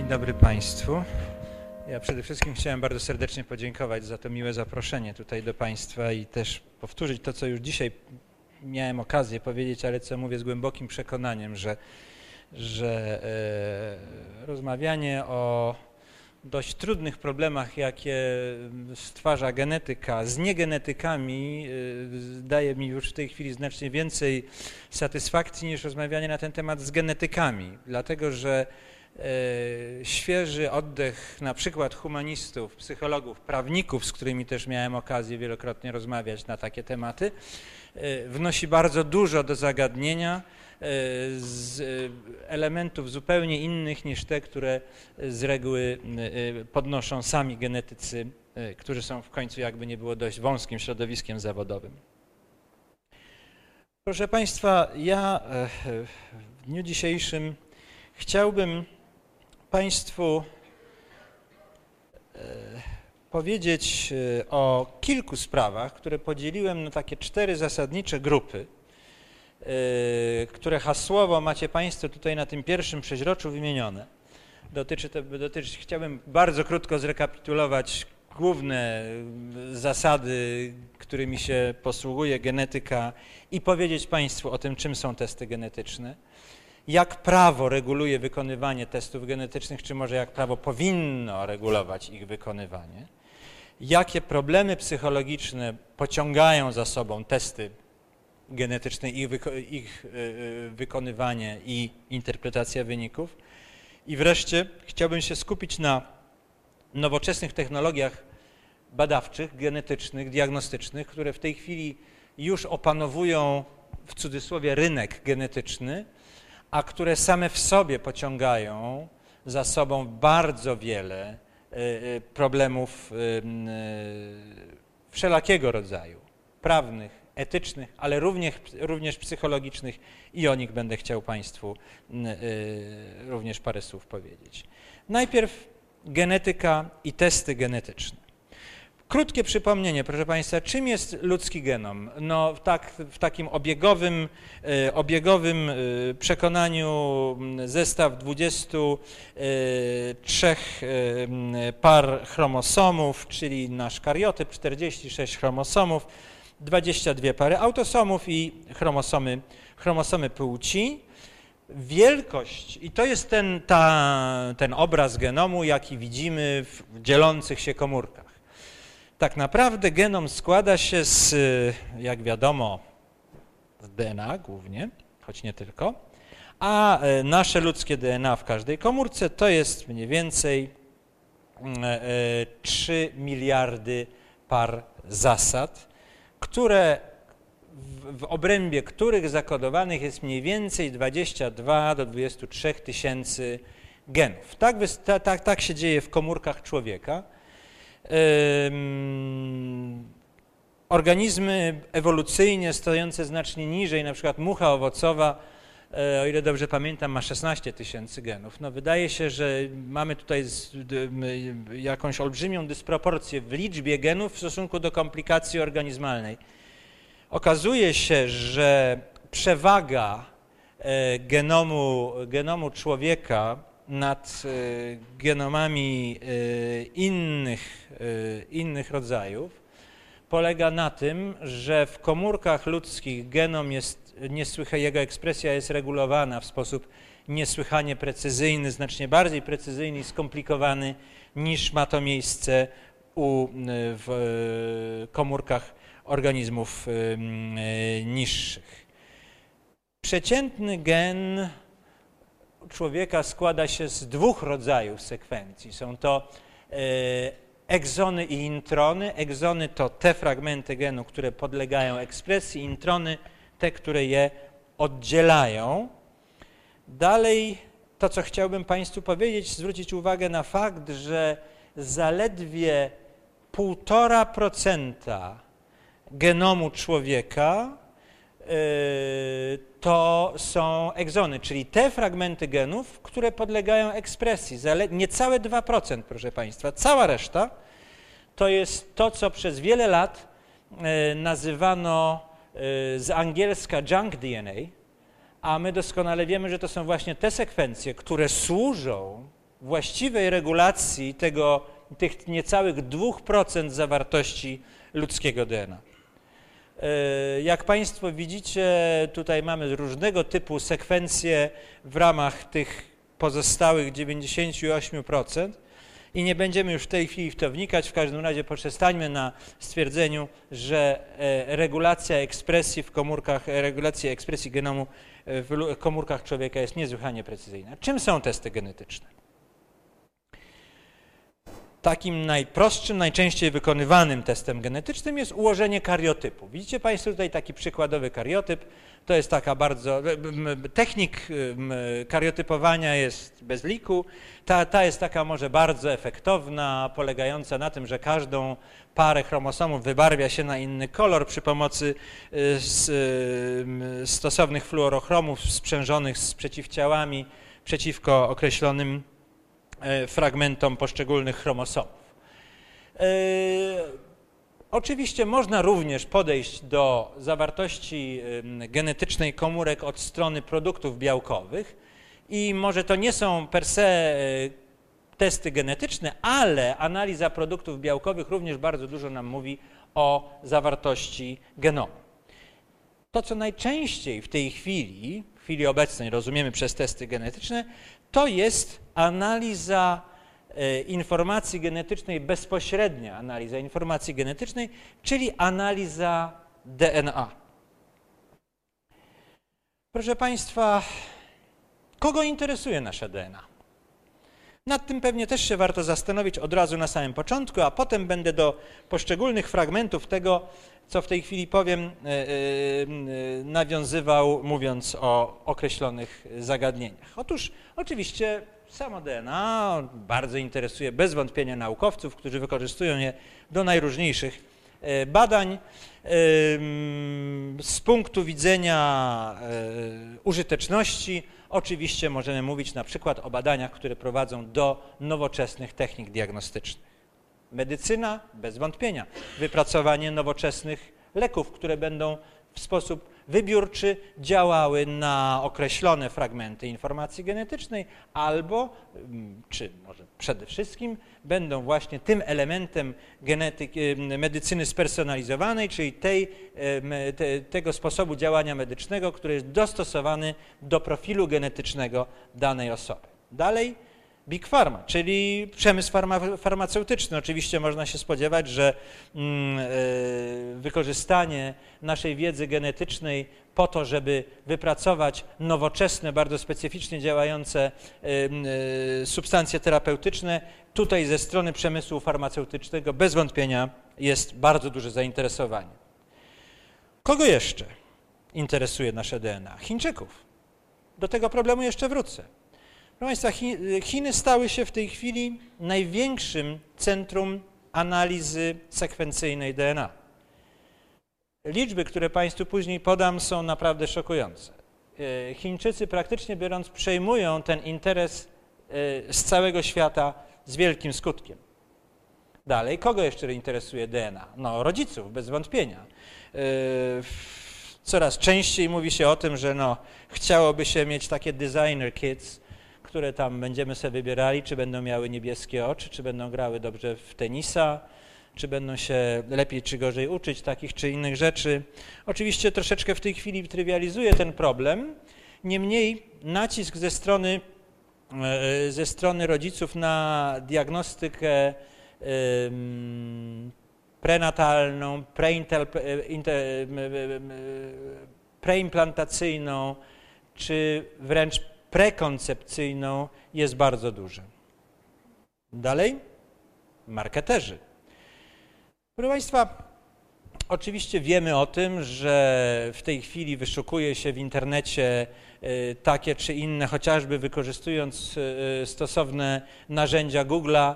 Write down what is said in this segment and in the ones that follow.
Dzień dobry Państwu. Ja przede wszystkim chciałem bardzo serdecznie podziękować za to miłe zaproszenie tutaj do Państwa i też powtórzyć to, co już dzisiaj miałem okazję powiedzieć, ale co mówię z głębokim przekonaniem, że rozmawianie o dość trudnych problemach, jakie stwarza genetyka, z niegenetykami daje mi już w tej chwili znacznie więcej satysfakcji niż rozmawianie na ten temat z genetykami, dlatego że świeży oddech na przykład humanistów, psychologów, prawników, z którymi też miałem okazję wielokrotnie rozmawiać na takie tematy, wnosi bardzo dużo do zagadnienia z elementów zupełnie innych niż te, które z reguły podnoszą sami genetycy, którzy są w końcu, jakby nie było, dość wąskim środowiskiem zawodowym. Proszę Państwa, ja w dniu dzisiejszym chciałbym Państwu powiedzieć o kilku sprawach, które podzieliłem na takie 4 zasadnicze grupy, które hasłowo macie Państwo tutaj na tym pierwszym przeźroczu wymienione. Chciałbym bardzo krótko zrekapitulować główne zasady, którymi się posługuje genetyka i powiedzieć Państwu o tym, czym są testy genetyczne, jak prawo reguluje wykonywanie testów genetycznych, czy może jak prawo powinno regulować ich wykonywanie, jakie problemy psychologiczne pociągają za sobą testy genetyczne, ich wykonywanie i interpretacja wyników. I wreszcie chciałbym się skupić na nowoczesnych technologiach badawczych, genetycznych, diagnostycznych, które w tej chwili już opanowują w cudzysłowie rynek genetyczny, a które same w sobie pociągają za sobą bardzo wiele problemów wszelakiego rodzaju, prawnych, etycznych, ale również psychologicznych i o nich będę chciał Państwu również parę słów powiedzieć. Najpierw genetyka i testy genetyczne. Krótkie przypomnienie, proszę Państwa, czym jest ludzki genom? No w takim obiegowym przekonaniu zestaw 23 par chromosomów, czyli nasz kariotyp, 46 chromosomów, 22 pary autosomów i chromosomy płci. Wielkość, i to jest ten obraz genomu, jaki widzimy w dzielących się komórkach. Tak naprawdę genom składa się z, jak wiadomo, z DNA głównie, choć nie tylko, a nasze ludzkie DNA w każdej komórce to jest mniej więcej 3 miliardy par zasad, w obrębie których zakodowanych jest mniej więcej 22 do 23 tysięcy genów. Tak się dzieje w komórkach człowieka. Organizmy ewolucyjnie stojące znacznie niżej, na przykład mucha owocowa, o ile dobrze pamiętam, ma 16 tysięcy genów. No, wydaje się, że mamy tutaj jakąś olbrzymią dysproporcję w liczbie genów w stosunku do komplikacji organizmalnej. Okazuje się, że przewaga genomu człowieka nad genomami innych rodzajów polega na tym, że w komórkach ludzkich genom jest jego ekspresja jest regulowana w sposób niesłychanie precyzyjny, znacznie bardziej precyzyjny i skomplikowany niż ma to miejsce w komórkach organizmów niższych. Przeciętny gen człowieka składa się z 2 rodzajów sekwencji. Są to egzony i introny. Egzony to te fragmenty genu, które podlegają ekspresji, introny te, które je oddzielają. Dalej to, co chciałbym Państwu powiedzieć, zwrócić uwagę na fakt, że zaledwie 1,5% genomu człowieka to są egzony, czyli te fragmenty genów, które podlegają ekspresji. Niecałe 2%, proszę Państwa. Cała reszta to jest to, co przez wiele lat nazywano z angielska junk DNA, a my doskonale wiemy, że to są właśnie te sekwencje, które służą właściwej regulacji tych niecałych 2% zawartości ludzkiego DNA. Jak Państwo widzicie, tutaj mamy różnego typu sekwencje w ramach tych pozostałych 98% i nie będziemy już w tej chwili w to wnikać, w każdym razie poprzestańmy na stwierdzeniu, że regulacja ekspresji w komórkach, regulacja ekspresji genomu w komórkach człowieka jest niesłychanie precyzyjna. Czym są testy genetyczne? Takim najprostszym, najczęściej wykonywanym testem genetycznym jest ułożenie kariotypu. Widzicie Państwo tutaj taki przykładowy kariotyp. To jest taka bardzo... Technik kariotypowania jest bez liku. Ta jest taka może bardzo efektowna, polegająca na tym, że każdą parę chromosomów wybarwia się na inny kolor przy pomocy stosownych fluorochromów sprzężonych z przeciwciałami przeciwko określonym fragmentom poszczególnych chromosomów. Oczywiście można również podejść do zawartości genetycznej komórek od strony produktów białkowych i może to nie są per se testy genetyczne, ale analiza produktów białkowych również bardzo dużo nam mówi o zawartości genomu. To, co najczęściej w tej chwili, w chwili obecnej rozumiemy przez testy genetyczne, to jest analiza informacji genetycznej, bezpośrednia analiza informacji genetycznej, czyli analiza DNA. Proszę Państwa, kogo interesuje nasze DNA? Nad tym pewnie też się warto zastanowić od razu na samym początku, a potem będę do poszczególnych fragmentów tego, co w tej chwili powiem, nawiązywał, mówiąc o określonych zagadnieniach. Otóż oczywiście samo DNA bardzo interesuje bez wątpienia naukowców, którzy wykorzystują je do najróżniejszych badań. Z punktu widzenia użyteczności oczywiście możemy mówić na przykład o badaniach, które prowadzą do nowoczesnych technik diagnostycznych. Medycyna, bez wątpienia, wypracowanie nowoczesnych leków, które będą w sposób wybiórczy działały na określone fragmenty informacji genetycznej albo, czy może przede wszystkim, będą właśnie tym elementem medycyny spersonalizowanej, czyli tego sposobu działania medycznego, który jest dostosowany do profilu genetycznego danej osoby. Dalej, Big Pharma, czyli przemysł farmaceutyczny. Oczywiście można się spodziewać, że wykorzystanie naszej wiedzy genetycznej po to, żeby wypracować nowoczesne, bardzo specyficznie działające substancje terapeutyczne, tutaj ze strony przemysłu farmaceutycznego bez wątpienia jest bardzo duże zainteresowanie. Kogo jeszcze interesuje nasze DNA? Chińczyków. Do tego problemu jeszcze wrócę. Proszę Państwa, Chiny stały się w tej chwili największym centrum analizy sekwencyjnej DNA. Liczby, które Państwu później podam, są naprawdę szokujące. Chińczycy praktycznie biorąc przejmują ten interes z całego świata z wielkim skutkiem. Dalej, kogo jeszcze interesuje DNA? No, rodziców, bez wątpienia. Coraz częściej mówi się o tym, że chciałoby się mieć takie designer kids, które tam będziemy sobie wybierali, czy będą miały niebieskie oczy, czy będą grały dobrze w tenisa, czy będą się lepiej czy gorzej uczyć takich czy innych rzeczy. Oczywiście troszeczkę w tej chwili trywializuję ten problem, niemniej nacisk ze strony rodziców na diagnostykę prenatalną, preimplantacyjną, czy wręcz prekoncepcyjną jest bardzo duży. Dalej, marketerzy. Proszę Państwa, oczywiście wiemy o tym, że w tej chwili wyszukuje się w internecie takie czy inne, chociażby wykorzystując stosowne narzędzia Google'a,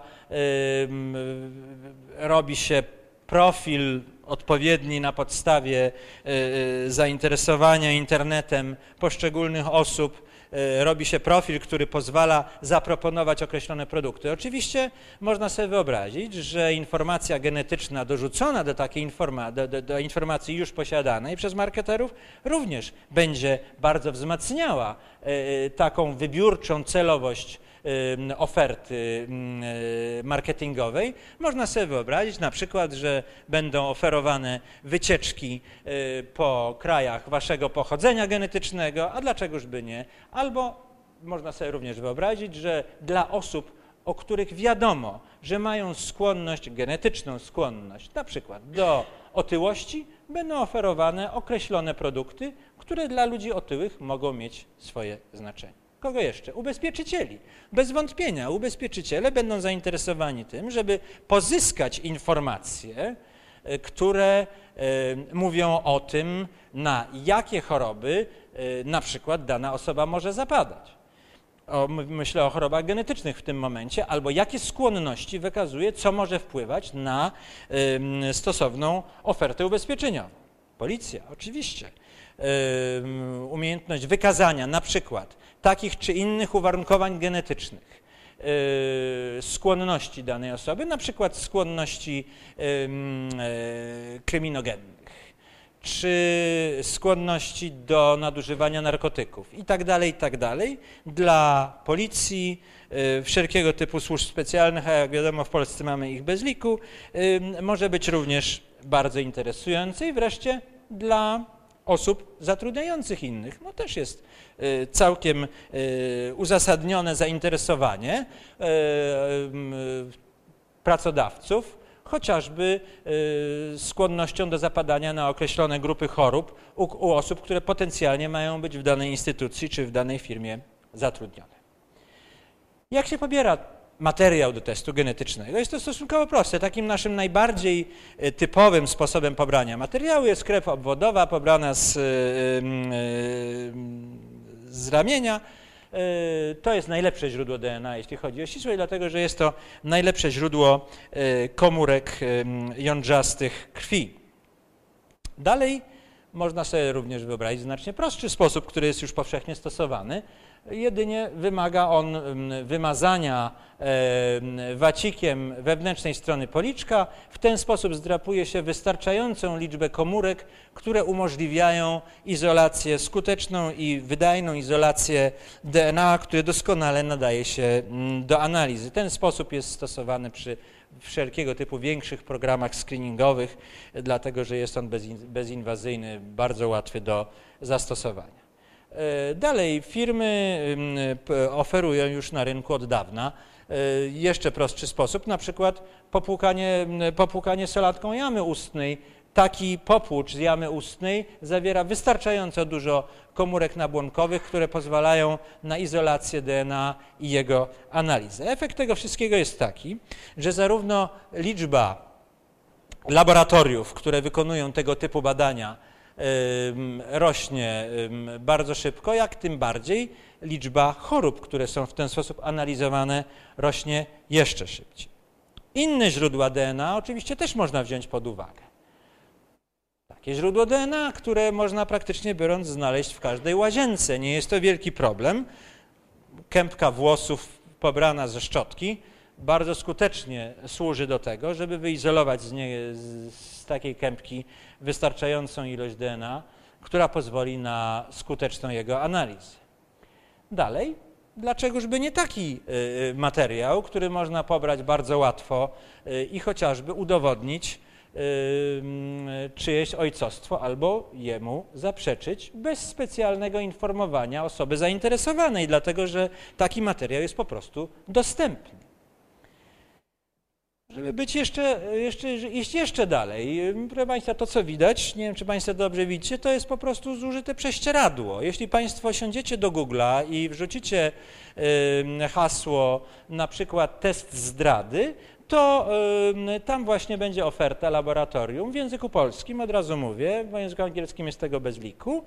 robi się profil odpowiedni na podstawie zainteresowania internetem poszczególnych osób, robi się profil, który pozwala zaproponować określone produkty. Oczywiście można sobie wyobrazić, że informacja genetyczna dorzucona do takiej do informacji już posiadanej przez marketerów również będzie bardzo wzmacniała taką wybiórczą celowość oferty marketingowej. Można sobie wyobrazić na przykład, że będą oferowane wycieczki po krajach waszego pochodzenia genetycznego, a dlaczegoż by nie? Albo można sobie również wyobrazić, że dla osób, o których wiadomo, że mają skłonność, genetyczną skłonność, na przykład do otyłości, będą oferowane określone produkty, które dla ludzi otyłych mogą mieć swoje znaczenie. Kogo jeszcze? Ubezpieczycieli. Bez wątpienia ubezpieczyciele będą zainteresowani tym, żeby pozyskać informacje, które mówią o tym, na jakie choroby na przykład dana osoba może zapadać. Myślę o chorobach genetycznych w tym momencie, albo jakie skłonności wykazuje, co może wpływać na stosowną ofertę ubezpieczeniową. Policja, oczywiście. Umiejętność wykazania na przykład takich czy innych uwarunkowań genetycznych, skłonności danej osoby, na przykład skłonności kryminogennych, czy skłonności do nadużywania narkotyków i tak dalej, dla policji, wszelkiego typu służb specjalnych, a jak wiadomo w Polsce mamy ich bez liku, może być również bardzo interesujące i wreszcie dla osób zatrudniających innych. No też jest całkiem uzasadnione zainteresowanie pracodawców, chociażby skłonnością do zapadania na określone grupy chorób u osób, które potencjalnie mają być w danej instytucji czy w danej firmie zatrudnione. Jak się pobiera materiał do testu genetycznego? Jest to stosunkowo proste. Takim naszym najbardziej typowym sposobem pobrania materiału jest krew obwodowa pobrana z ramienia. To jest najlepsze źródło DNA, jeśli chodzi o ścisłość, dlatego że jest to najlepsze źródło komórek jądrzastych krwi. Dalej można sobie również wyobrazić znacznie prostszy sposób, który jest już powszechnie stosowany. Jedynie wymaga on wymazania wacikiem wewnętrznej strony policzka. W ten sposób zdrapuje się wystarczającą liczbę komórek, które umożliwiają izolację, skuteczną i wydajną izolację DNA, które doskonale nadaje się do analizy. Ten sposób jest stosowany przy wszelkiego typu większych programach screeningowych, dlatego że jest on bezinwazyjny, bardzo łatwy do zastosowania. Dalej, firmy oferują już na rynku od dawna jeszcze prostszy sposób, na przykład popłukanie solatką jamy ustnej. Taki popłucz z jamy ustnej zawiera wystarczająco dużo komórek nabłonkowych, które pozwalają na izolację DNA i jego analizę. Efekt tego wszystkiego jest taki, że zarówno liczba laboratoriów, które wykonują tego typu badania, rośnie bardzo szybko, jak tym bardziej liczba chorób, które są w ten sposób analizowane, rośnie jeszcze szybciej. Inne źródła DNA oczywiście też można wziąć pod uwagę. Takie źródło DNA, które można praktycznie biorąc znaleźć w każdej łazience. Nie jest to wielki problem. Kępka włosów pobrana ze szczotki bardzo skutecznie służy do tego, żeby wyizolować z takiej kępki wystarczającą ilość DNA, która pozwoli na skuteczną jego analizę. Dalej, dlaczegoż by nie taki materiał, który można pobrać bardzo łatwo i chociażby udowodnić czyjeś ojcostwo albo jemu zaprzeczyć bez specjalnego informowania osoby zainteresowanej, dlatego że taki materiał jest po prostu dostępny. Żeby być iść jeszcze dalej, proszę Państwa, to co widać, nie wiem czy Państwo dobrze widzicie, to jest po prostu zużyte prześcieradło. Jeśli Państwo siądziecie do Google'a i wrzucicie hasło na przykład test zdrady, to tam właśnie będzie oferta laboratorium w języku polskim, od razu mówię, w języku angielskim jest tego bez liku.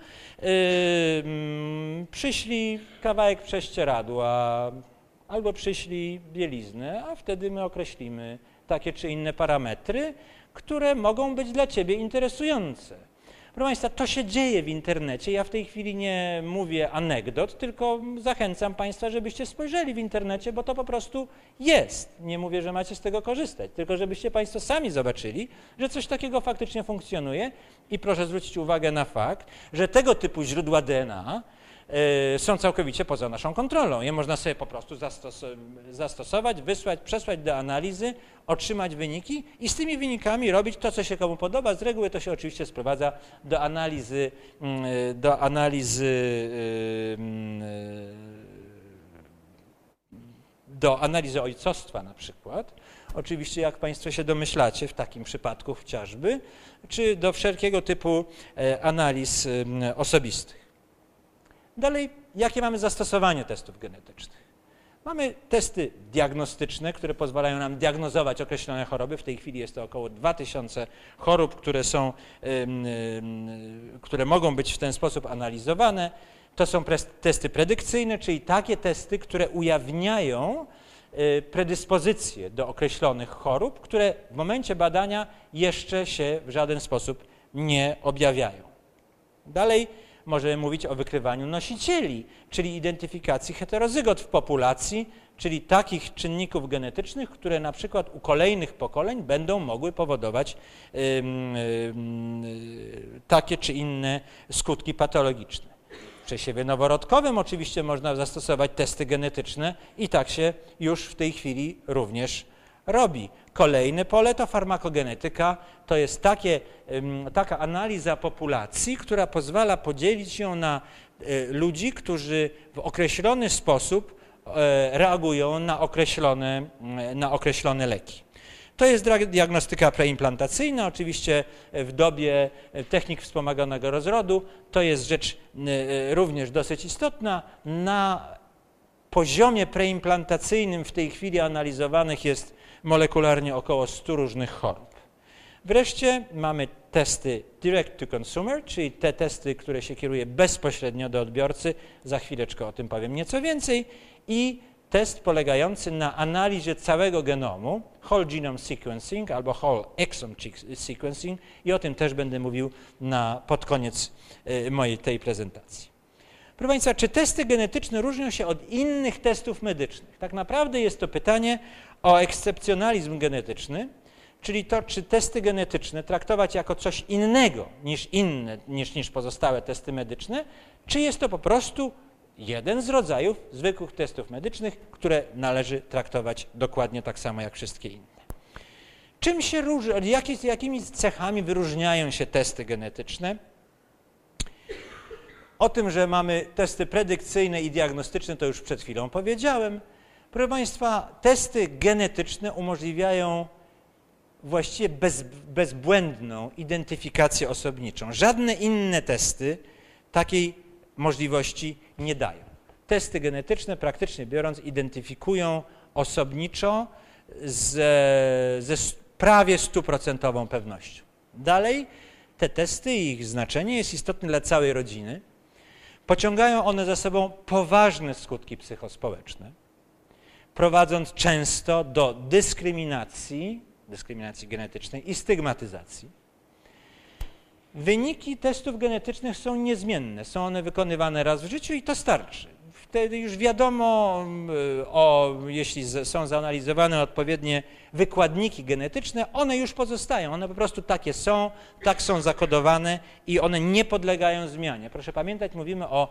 Przyślij kawałek prześcieradła albo przyślij bieliznę, a wtedy my określimy takie czy inne parametry, które mogą być dla Ciebie interesujące. Proszę Państwa, to się dzieje w internecie. Ja w tej chwili nie mówię anegdot, tylko zachęcam Państwa, żebyście spojrzeli w internecie, bo to po prostu jest. Nie mówię, że macie z tego korzystać, tylko żebyście Państwo sami zobaczyli, że coś takiego faktycznie funkcjonuje i proszę zwrócić uwagę na fakt, że tego typu źródła DNA są całkowicie poza naszą kontrolą. Je można sobie po prostu zastosować, wysłać, przesłać do analizy, otrzymać wyniki i z tymi wynikami robić to, co się komu podoba. Z reguły to się oczywiście sprowadza do analizy ojcostwa na przykład. Oczywiście, jak Państwo się domyślacie, w takim przypadku chociażby, czy do wszelkiego typu analiz osobistych. Dalej, jakie mamy zastosowanie testów genetycznych? Mamy testy diagnostyczne, które pozwalają nam diagnozować określone choroby. W tej chwili jest to około 2000 chorób, które mogą być w ten sposób analizowane. To są testy predykcyjne, czyli takie testy, które ujawniają predyspozycje do określonych chorób, które w momencie badania jeszcze się w żaden sposób nie objawiają. Dalej możemy mówić o wykrywaniu nosicieli, czyli identyfikacji heterozygot w populacji, czyli takich czynników genetycznych, które na przykład u kolejnych pokoleń będą mogły powodować takie czy inne skutki patologiczne. W przesiewie noworodkowym oczywiście można zastosować testy genetyczne i tak się już w tej chwili również robi. Kolejne pole to farmakogenetyka, to jest taka analiza populacji, która pozwala podzielić ją na ludzi, którzy w określony sposób reagują na określone leki. To jest diagnostyka preimplantacyjna, oczywiście w dobie technik wspomaganego rozrodu. To jest rzecz również dosyć istotna. Na poziomie preimplantacyjnym w tej chwili analizowanych jest molekularnie około 100 różnych chorób. Wreszcie mamy testy direct to consumer, czyli te testy, które się kieruje bezpośrednio do odbiorcy. Za chwileczkę o tym powiem nieco więcej. I test polegający na analizie całego genomu, whole genome sequencing albo whole exome sequencing i o tym też będę mówił pod koniec mojej tej prezentacji. Proszę Państwa, czy testy genetyczne różnią się od innych testów medycznych? Tak naprawdę jest to pytanie o ekscepcjonalizm genetyczny, czyli to, czy testy genetyczne traktować jako coś innego niż pozostałe testy medyczne, czy jest to po prostu jeden z rodzajów zwykłych testów medycznych, które należy traktować dokładnie tak samo jak wszystkie inne. Czym się różni, jakimi cechami wyróżniają się testy genetyczne? O tym, że mamy testy predykcyjne i diagnostyczne, to już przed chwilą powiedziałem. Proszę Państwa, testy genetyczne umożliwiają właściwie bezbłędną identyfikację osobniczą. Żadne inne testy takiej możliwości nie dają. Testy genetyczne, praktycznie biorąc, identyfikują osobniczo ze prawie 100% pewnością. Dalej, te testy i ich znaczenie jest istotne dla całej rodziny. Pociągają one za sobą poważne skutki psychospołeczne, prowadząc często do dyskryminacji genetycznej i stygmatyzacji. Wyniki testów genetycznych są niezmienne, są one wykonywane raz w życiu i to starczy. Wtedy już wiadomo, jeśli są zanalizowane odpowiednie wykładniki genetyczne, one już pozostają, one po prostu takie są, tak są zakodowane i one nie podlegają zmianie. Proszę pamiętać, mówimy o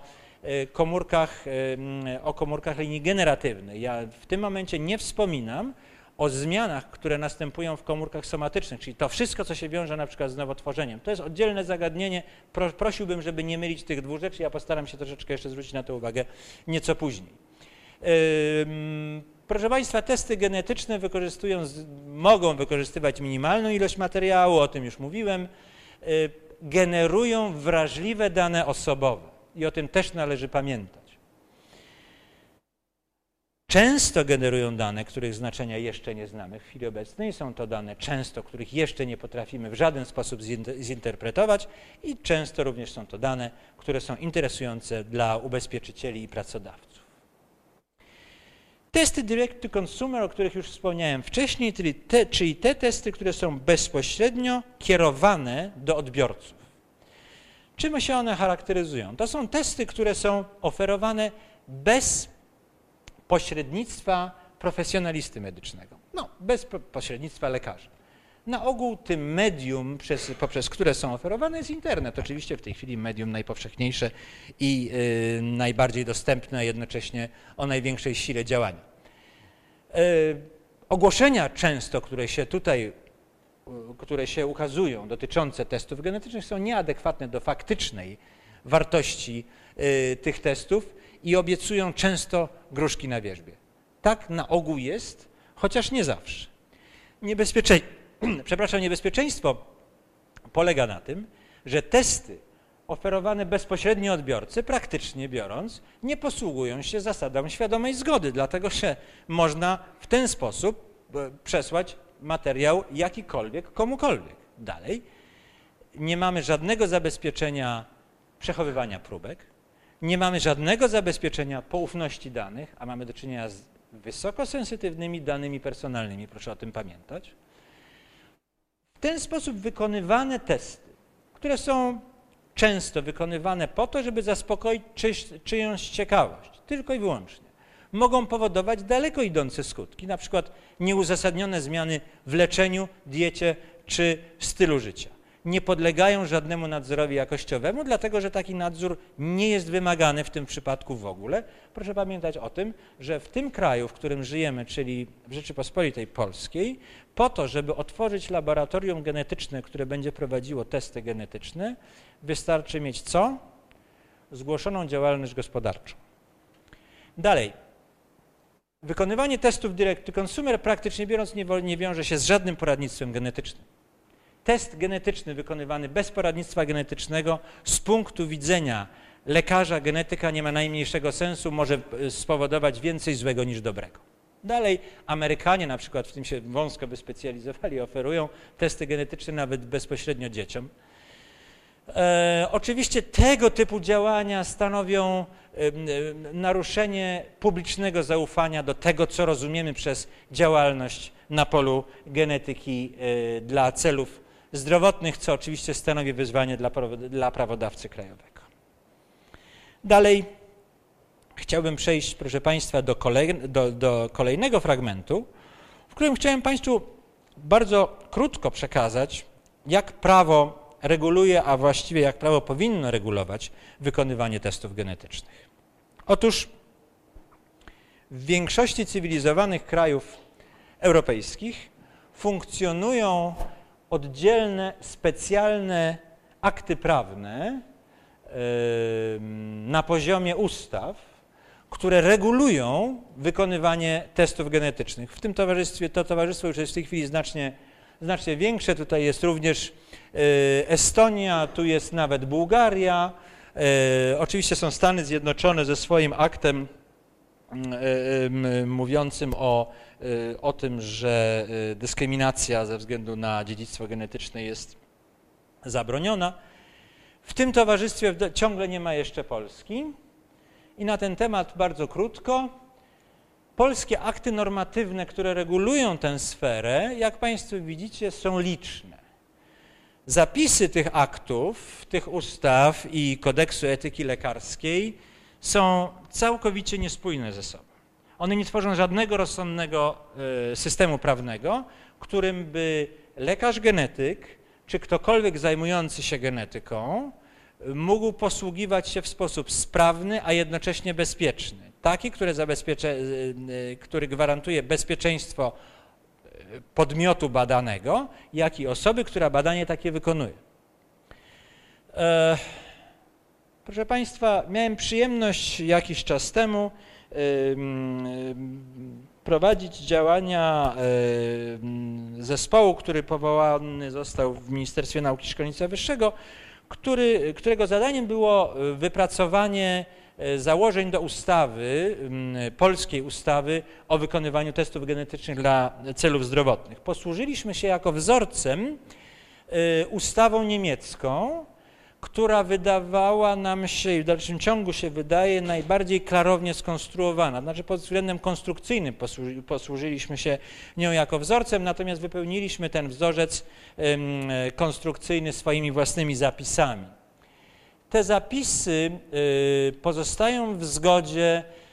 komórkach linii generatywnej. Ja w tym momencie nie wspominam o zmianach, które następują w komórkach somatycznych, czyli to wszystko, co się wiąże na przykład z nowotworzeniem. To jest oddzielne zagadnienie. Prosiłbym, żeby nie mylić tych dwóch rzeczy. Ja postaram się troszeczkę jeszcze zwrócić na to uwagę nieco później. Proszę Państwa, testy genetyczne mogą wykorzystywać minimalną ilość materiału, o tym już mówiłem. Generują wrażliwe dane osobowe i o tym też należy pamiętać. Często generują dane, których znaczenia jeszcze nie znamy w chwili obecnej. Są to dane często, których jeszcze nie potrafimy w żaden sposób zinterpretować i często również są to dane, które są interesujące dla ubezpieczycieli i pracodawców. Testy direct to consumer, o których już wspomniałem wcześniej, czyli te testy, które są bezpośrednio kierowane do odbiorców. Czym się one charakteryzują? To są testy, które są oferowane bez pośrednictwa profesjonalisty medycznego, bez pośrednictwa lekarza. Na ogół tym medium, poprzez które są oferowane, jest internet. Oczywiście w tej chwili medium najpowszechniejsze i najbardziej dostępne, a jednocześnie o największej sile działania. Ogłoszenia często, które się ukazują, dotyczące testów genetycznych, są nieadekwatne do faktycznej wartości tych testów i obiecują często gruszki na wierzbie. Tak na ogół jest, chociaż nie zawsze. Niebezpieczeństwo polega na tym, że testy oferowane bezpośrednio odbiorcy, praktycznie biorąc, nie posługują się zasadą świadomej zgody, dlatego że można w ten sposób przesłać materiał jakikolwiek, komukolwiek. Dalej, nie mamy żadnego zabezpieczenia przechowywania próbek, nie mamy żadnego zabezpieczenia poufności danych, a mamy do czynienia z wysoko sensytywnymi danymi personalnymi, proszę o tym pamiętać. W ten sposób wykonywane testy, które są często wykonywane po to, żeby zaspokoić czyjąś ciekawość, tylko i wyłącznie, mogą powodować daleko idące skutki, na przykład nieuzasadnione zmiany w leczeniu, diecie czy stylu życia. Nie podlegają żadnemu nadzorowi jakościowemu, dlatego że taki nadzór nie jest wymagany w tym przypadku w ogóle. Proszę pamiętać o tym, że w tym kraju, w którym żyjemy, czyli w Rzeczypospolitej Polskiej, po to, żeby otworzyć laboratorium genetyczne, które będzie prowadziło testy genetyczne, wystarczy mieć co? Zgłoszoną działalność gospodarczą. Dalej. Wykonywanie testów direct to consumer praktycznie biorąc nie wiąże się z żadnym poradnictwem genetycznym. Test genetyczny wykonywany bez poradnictwa genetycznego z punktu widzenia lekarza, genetyka nie ma najmniejszego sensu, może spowodować więcej złego niż dobrego. Dalej Amerykanie na przykład w tym się wąsko wyspecjalizowali, oferują testy genetyczne nawet bezpośrednio dzieciom. Oczywiście tego typu działania stanowią naruszenie publicznego zaufania do tego, co rozumiemy przez działalność na polu genetyki dla celów zdrowotnych, co oczywiście stanowi wyzwanie dla prawodawcy krajowego. Dalej chciałbym przejść, proszę Państwa, do kolejnego fragmentu, w którym chciałem Państwu bardzo krótko przekazać, jak prawo reguluje, a właściwie jak prawo powinno regulować wykonywanie testów genetycznych. Otóż w większości cywilizowanych krajów europejskich funkcjonują oddzielne, specjalne akty prawne na poziomie ustaw, które regulują wykonywanie testów genetycznych. W tym towarzystwie, to towarzystwo już jest w tej chwili znacznie większe. Tutaj jest również Estonia, tu jest nawet Bułgaria. Oczywiście są Stany Zjednoczone ze swoim aktem mówiącym o tym, że dyskryminacja ze względu na dziedzictwo genetyczne jest zabroniona. W tym towarzystwie ciągle nie ma jeszcze Polski. I na ten temat bardzo krótko. Polskie akty normatywne, które regulują tę sferę, jak Państwo widzicie, są liczne. Zapisy tych aktów, tych ustaw i kodeksu etyki lekarskiej są całkowicie niespójne ze sobą. One nie tworzą żadnego rozsądnego systemu prawnego, którym by lekarz genetyk czy ktokolwiek zajmujący się genetyką mógł posługiwać się w sposób sprawny, a jednocześnie bezpieczny. Taki, który gwarantuje bezpieczeństwo podmiotu badanego, jak i osoby, która badanie takie wykonuje. Proszę Państwa, miałem przyjemność jakiś czas temu prowadzić działania zespołu, który powołany został w Ministerstwie Nauki i Szkolnictwa Wyższego, którego zadaniem było wypracowanie założeń do ustawy, polskiej ustawy o wykonywaniu testów genetycznych dla celów zdrowotnych. Posłużyliśmy się jako wzorcem ustawą niemiecką, która wydawała nam się i w dalszym ciągu się wydaje najbardziej klarownie skonstruowana. Znaczy pod względem konstrukcyjnym posłużyliśmy się nią jako wzorcem, natomiast wypełniliśmy ten wzorzec konstrukcyjny swoimi własnymi zapisami. Te zapisy pozostają w zgodzie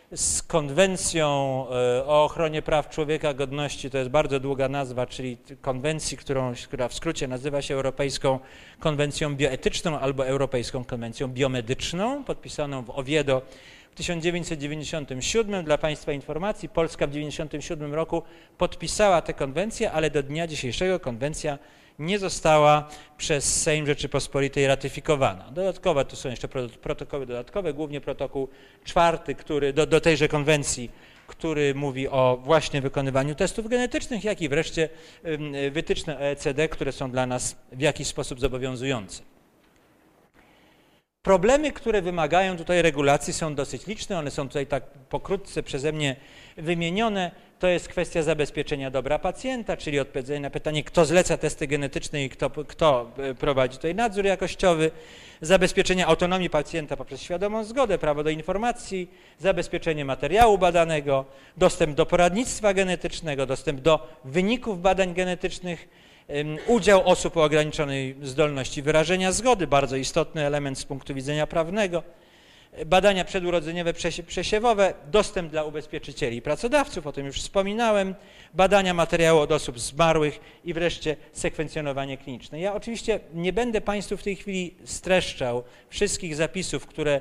z konwencją o ochronie praw człowieka, godności, to jest bardzo długa nazwa, czyli konwencji, która w skrócie nazywa się Europejską Konwencją Bioetyczną albo Europejską Konwencją Biomedyczną, podpisaną w Oviedo w 1997. Dla Państwa informacji, Polska w 1997 roku podpisała tę konwencję, ale do dnia dzisiejszego konwencja nie została przez Sejm Rzeczypospolitej ratyfikowana. Dodatkowo tu są jeszcze protokoły dodatkowe, głównie protokół 4, który do tejże konwencji, który mówi o właśnie wykonywaniu testów genetycznych, jak i wreszcie wytyczne OECD, które są dla nas w jakiś sposób zobowiązujące. Problemy, które wymagają tutaj regulacji, są dosyć liczne, one są tutaj tak pokrótce przeze mnie wymienione. To jest kwestia zabezpieczenia dobra pacjenta, czyli odpowiedzenie na pytanie, kto zleca testy genetyczne i kto prowadzi tutaj nadzór jakościowy, zabezpieczenie autonomii pacjenta poprzez świadomą zgodę, prawo do informacji, zabezpieczenie materiału badanego, dostęp do poradnictwa genetycznego, dostęp do wyników badań genetycznych, udział osób o ograniczonej zdolności wyrażenia zgody, bardzo istotny element z punktu widzenia prawnego, badania przedurodzeniowe, przesiewowe, dostęp dla ubezpieczycieli i pracodawców, o tym już wspominałem, badania materiału od osób zmarłych i wreszcie sekwencjonowanie kliniczne. Ja oczywiście nie będę Państwu w tej chwili streszczał wszystkich zapisów, które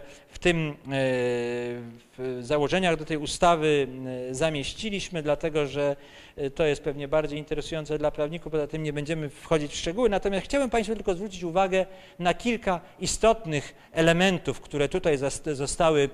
w założeniach do tej ustawy zamieściliśmy, dlatego że to jest pewnie bardziej interesujące dla prawników, poza tym nie będziemy wchodzić w szczegóły, natomiast chciałbym Państwu tylko zwrócić uwagę na kilka istotnych elementów, które tutaj zostały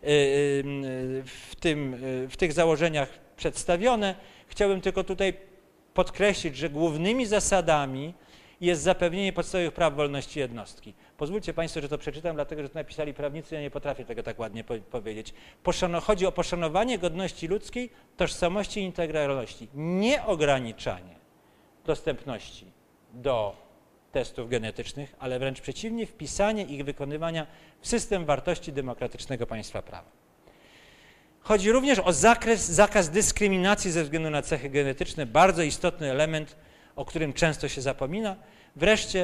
w tych założeniach przedstawione. Chciałbym tylko tutaj podkreślić, że głównymi zasadami jest zapewnienie podstawowych praw wolności jednostki. Pozwólcie Państwo, że to przeczytam, dlatego że to napisali prawnicy, ja nie potrafię tego tak ładnie powiedzieć. Chodzi o poszanowanie godności ludzkiej, tożsamości i integralności, nie ograniczanie dostępności do testów genetycznych, ale wręcz przeciwnie, wpisanie ich wykonywania w system wartości demokratycznego państwa prawa. Chodzi również o zakaz dyskryminacji ze względu na cechy genetyczne, bardzo istotny element, o którym często się zapomina. Wreszcie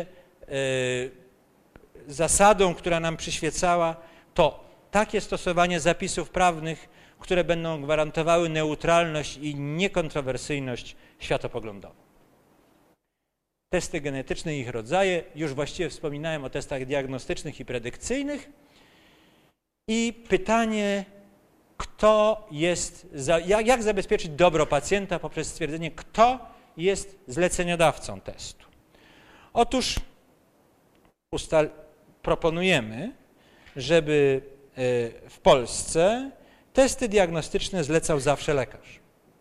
zasadą, która nam przyświecała, to takie stosowanie zapisów prawnych, które będą gwarantowały neutralność i niekontrowersyjność światopoglądową. Testy genetyczne i ich rodzaje, już właściwie wspominałem o testach diagnostycznych i predykcyjnych. I pytanie, jak zabezpieczyć dobro pacjenta poprzez stwierdzenie, kto jest zleceniodawcą testu. Otóż proponujemy, żeby w Polsce testy diagnostyczne zlecał zawsze lekarz.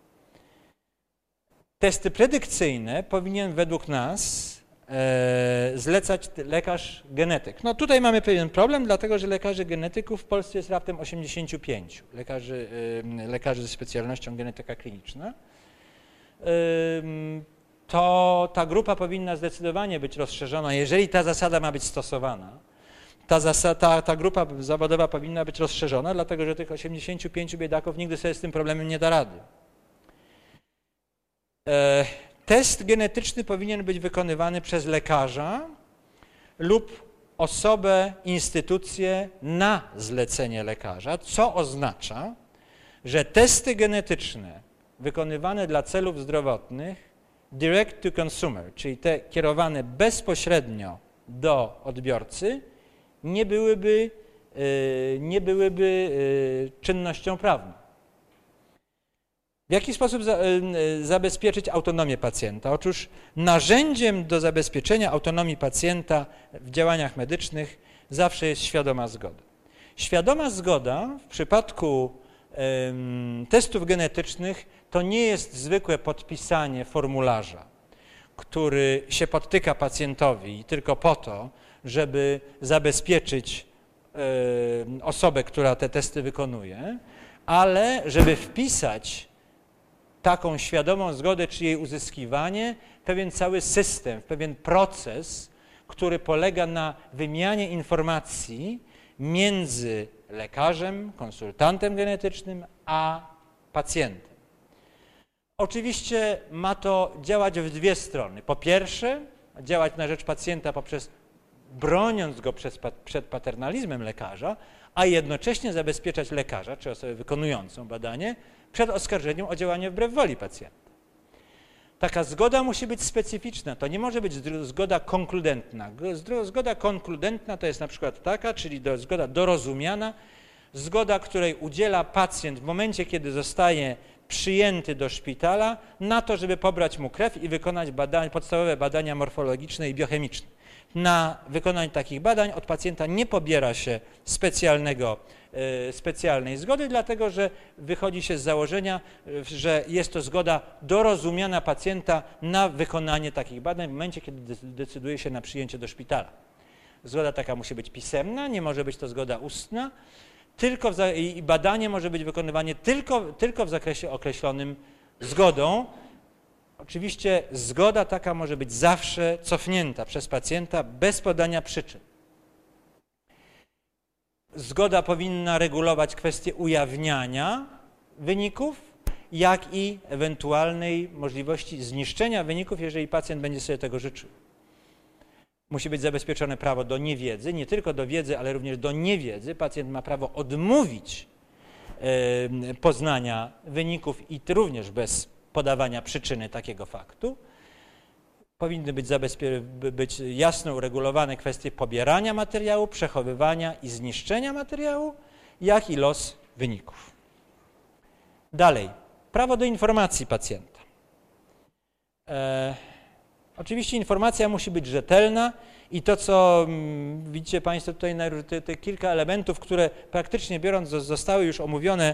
Testy predykcyjne powinien według nas zlecać lekarz genetyk. No tutaj mamy pewien problem, dlatego że lekarzy genetyków w Polsce jest raptem 85, lekarzy ze specjalnością genetyka kliniczna. To ta grupa powinna zdecydowanie być rozszerzona, jeżeli ta zasada ma być stosowana. Ta grupa zawodowa powinna być rozszerzona, dlatego że tych 85 biedaków nigdy sobie z tym problemem nie da rady. Test genetyczny powinien być wykonywany przez lekarza lub osobę, instytucję na zlecenie lekarza, co oznacza, że testy genetyczne wykonywane dla celów zdrowotnych direct to consumer, czyli te kierowane bezpośrednio do odbiorcy, nie byłyby czynnością prawną. W jaki sposób zabezpieczyć autonomię pacjenta? Otóż narzędziem do zabezpieczenia autonomii pacjenta w działaniach medycznych zawsze jest świadoma zgoda. Świadoma zgoda w przypadku testów genetycznych to nie jest zwykłe podpisanie formularza, który się podtyka pacjentowi tylko po to, żeby zabezpieczyć osobę, która te testy wykonuje, ale żeby wpisać taką świadomą zgodę czy jej uzyskiwanie, pewien cały system, pewien proces, który polega na wymianie informacji między lekarzem, konsultantem genetycznym, a pacjentem. Oczywiście ma to działać w dwie strony. Po pierwsze, działać na rzecz pacjenta poprzez broniąc go przed paternalizmem lekarza, a jednocześnie zabezpieczać lekarza, czy osobę wykonującą badanie, przed oskarżeniem o działanie wbrew woli pacjenta. Taka zgoda musi być specyficzna, to nie może być zgoda konkludentna. Zgoda konkludentna to jest na przykład taka, czyli zgoda dorozumiana, zgoda, której udziela pacjent w momencie, kiedy zostaje przyjęty do szpitala na to, żeby pobrać mu krew i wykonać podstawowe badania morfologiczne i biochemiczne. Na wykonanie takich badań od pacjenta nie pobiera się specjalnej zgody, dlatego że wychodzi się z założenia, że jest to zgoda dorozumiana pacjenta na wykonanie takich badań w momencie, kiedy decyduje się na przyjęcie do szpitala. Zgoda taka musi być pisemna, nie może być to zgoda ustna, i badanie może być wykonywane tylko w zakresie określonym zgodą. Oczywiście zgoda taka może być zawsze cofnięta przez pacjenta bez podania przyczyn. Zgoda powinna regulować kwestię ujawniania wyników, jak i ewentualnej możliwości zniszczenia wyników, jeżeli pacjent będzie sobie tego życzył. Musi być zabezpieczone prawo do niewiedzy, nie tylko do wiedzy, ale również do niewiedzy. Pacjent ma prawo odmówić poznania wyników i również bez podawania przyczyny takiego faktu. Powinny być jasno uregulowane kwestie pobierania materiału, przechowywania i zniszczenia materiału, jak i los wyników. Dalej, prawo do informacji pacjenta. Oczywiście informacja musi być rzetelna i to, co widzicie Państwo tutaj, te kilka elementów, które praktycznie biorąc zostały już omówione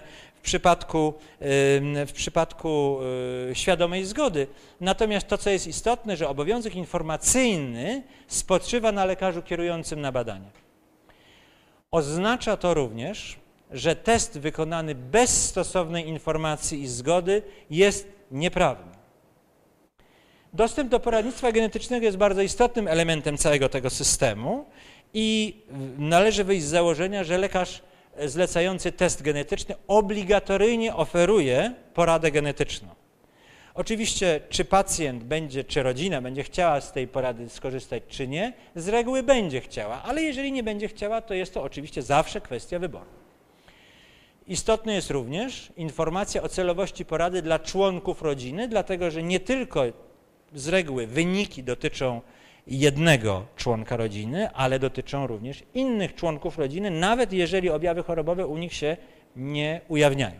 w przypadku świadomej zgody. Natomiast to, co jest istotne, że obowiązek informacyjny spoczywa na lekarzu kierującym na badania. Oznacza to również, że test wykonany bez stosownej informacji i zgody jest nieprawny. Dostęp do poradnictwa genetycznego jest bardzo istotnym elementem całego tego systemu i należy wyjść z założenia, że lekarz zlecający test genetyczny obligatoryjnie oferuje poradę genetyczną. Oczywiście, czy pacjent czy rodzina będzie chciała z tej porady skorzystać, czy nie, z reguły będzie chciała, ale jeżeli nie będzie chciała, to jest to oczywiście zawsze kwestia wyboru. Istotna jest również informacja o celowości porady dla członków rodziny, dlatego że nie tylko z reguły wyniki dotyczą jednego członka rodziny, ale dotyczą również innych członków rodziny, nawet jeżeli objawy chorobowe u nich się nie ujawniają.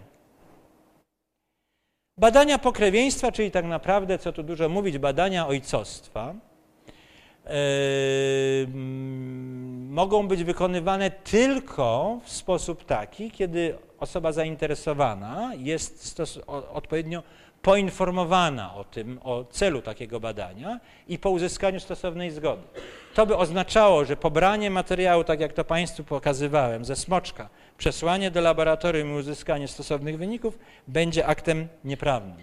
Badania pokrewieństwa, czyli tak naprawdę, co tu dużo mówić, badania ojcostwa, mogą być wykonywane tylko w sposób taki, kiedy osoba zainteresowana jest odpowiednio poinformowana o celu takiego badania i po uzyskaniu stosownej zgody. To by oznaczało, że pobranie materiału, tak jak to Państwu pokazywałem, ze smoczka, przesłanie do laboratorium i uzyskanie stosownych wyników będzie aktem nieprawnym.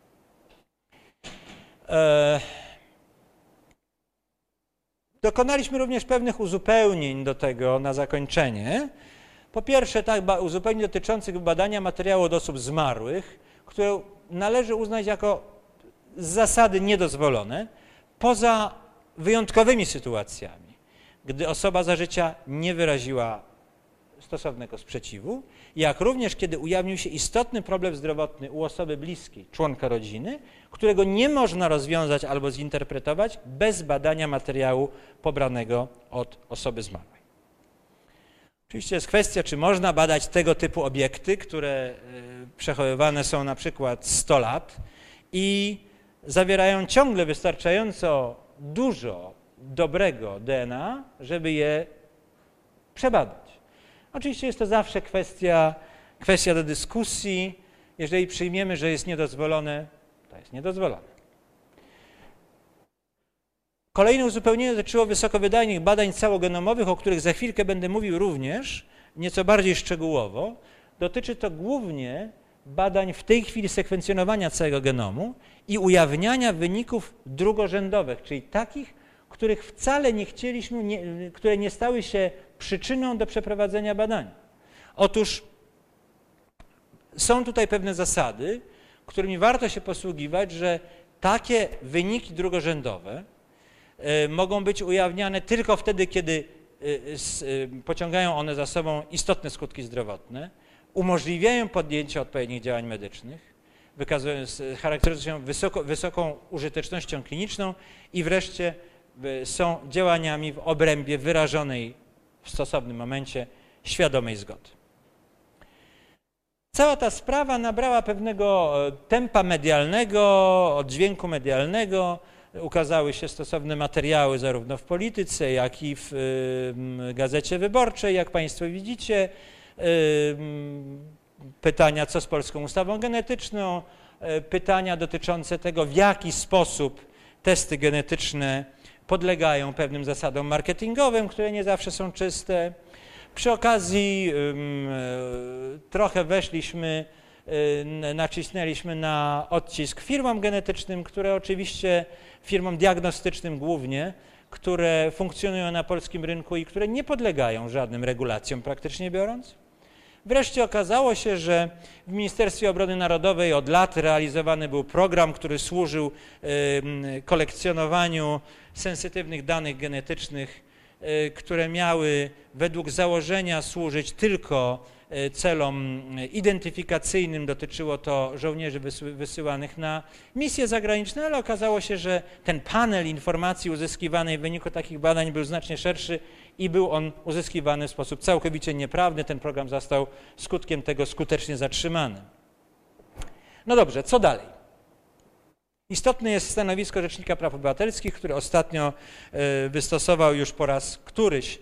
Dokonaliśmy również pewnych uzupełnień do tego na zakończenie. Po pierwsze, uzupełnień dotyczących badania materiału od osób zmarłych, które należy uznać jako z zasady niedozwolone, poza wyjątkowymi sytuacjami, gdy osoba za życia nie wyraziła stosownego sprzeciwu, jak również kiedy ujawnił się istotny problem zdrowotny u osoby bliskiej, członka rodziny, którego nie można rozwiązać albo zinterpretować bez badania materiału pobranego od osoby zmarłej. Oczywiście jest kwestia, czy można badać tego typu obiekty, które przechowywane są na przykład 100 lat i zawierają ciągle wystarczająco dużo dobrego DNA, żeby je przebadać. Oczywiście jest to zawsze kwestia do dyskusji. Jeżeli przyjmiemy, że jest niedozwolone, to jest niedozwolone. Kolejne uzupełnienie dotyczyło wysokowydajnych badań całogenomowych, o których za chwilkę będę mówił również, nieco bardziej szczegółowo. Dotyczy to głównie badań w tej chwili sekwencjonowania całego genomu i ujawniania wyników drugorzędowych, czyli takich, których wcale nie chcieliśmy, które nie stały się przyczyną do przeprowadzenia badania. Otóż są tutaj pewne zasady, którymi warto się posługiwać, że takie wyniki drugorzędowe mogą być ujawniane tylko wtedy, kiedy pociągają one za sobą istotne skutki zdrowotne, umożliwiają podjęcie odpowiednich działań medycznych, charakteryzują się wysoką użytecznością kliniczną i wreszcie są działaniami w obrębie wyrażonej w stosownym momencie świadomej zgody. Cała ta sprawa nabrała pewnego tempa medialnego, oddźwięku medialnego. Ukazały się stosowne materiały zarówno w Polityce, jak i w Gazecie Wyborczej, jak Państwo widzicie. Pytania, co z polską ustawą genetyczną, pytania dotyczące tego, w jaki sposób testy genetyczne podlegają pewnym zasadom marketingowym, które nie zawsze są czyste. Przy okazji trochę nacisnęliśmy na odcisk firmom genetycznym, które oczywiście, firmom diagnostycznym głównie, które funkcjonują na polskim rynku i które nie podlegają żadnym regulacjom praktycznie biorąc. Wreszcie okazało się, że w Ministerstwie Obrony Narodowej od lat realizowany był program, który służył kolekcjonowaniu sensytywnych danych genetycznych, które miały według założenia służyć tylko celom identyfikacyjnym. Dotyczyło to żołnierzy wysyłanych na misje zagraniczne, ale okazało się, że ten panel informacji uzyskiwanej w wyniku takich badań był znacznie szerszy i był on uzyskiwany w sposób całkowicie nieprawny. Ten program został skutkiem tego skutecznie zatrzymany. No dobrze, co dalej? Istotne jest stanowisko Rzecznika Praw Obywatelskich, który ostatnio wystosował już po raz któryś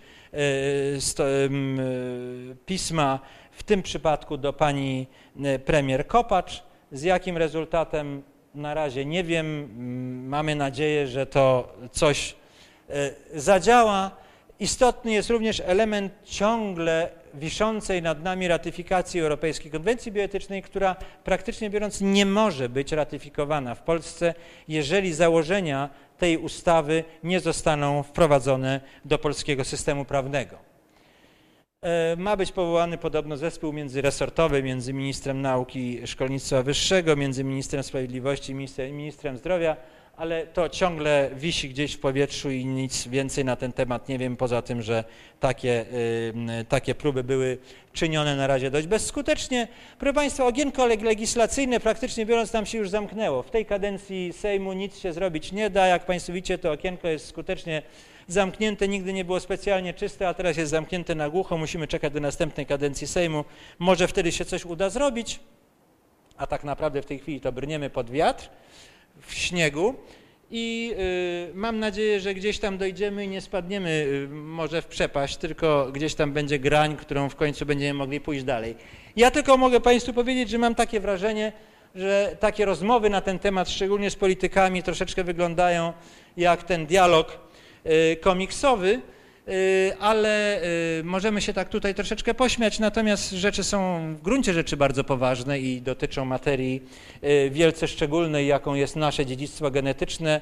pisma, w tym przypadku do pani premier Kopacz. Z jakim rezultatem na razie nie wiem. Mamy nadzieję, że to coś zadziała. Istotny jest również element ciągle wiszącej nad nami ratyfikacji Europejskiej Konwencji Bioetycznej, która praktycznie biorąc nie może być ratyfikowana w Polsce, jeżeli założenia tej ustawy nie zostaną wprowadzone do polskiego systemu prawnego. Ma być powołany podobno zespół międzyresortowy między ministrem nauki i szkolnictwa wyższego, między ministrem sprawiedliwości i ministrem zdrowia, ale to ciągle wisi gdzieś w powietrzu i nic więcej na ten temat nie wiem, poza tym, że takie próby były czynione na razie dość bezskutecznie. Proszę Państwa, okienko legislacyjne praktycznie biorąc nam się już zamknęło. W tej kadencji Sejmu nic się zrobić nie da. Jak Państwo widzicie, to okienko jest skutecznie zamknięte, nigdy nie było specjalnie czyste, a teraz jest zamknięte na głucho. Musimy czekać do następnej kadencji Sejmu. Może wtedy się coś uda zrobić, a tak naprawdę w tej chwili to brniemy pod wiatr w śniegu i mam nadzieję, że gdzieś tam dojdziemy i nie spadniemy może w przepaść, tylko gdzieś tam będzie grań, którą w końcu będziemy mogli pójść dalej. Ja tylko mogę Państwu powiedzieć, że mam takie wrażenie, że takie rozmowy na ten temat, szczególnie z politykami, troszeczkę wyglądają jak ten dialog komiksowy, ale możemy się tak tutaj troszeczkę pośmiać, natomiast rzeczy są w gruncie rzeczy bardzo poważne i dotyczą materii wielce szczególnej, jaką jest nasze dziedzictwo genetyczne,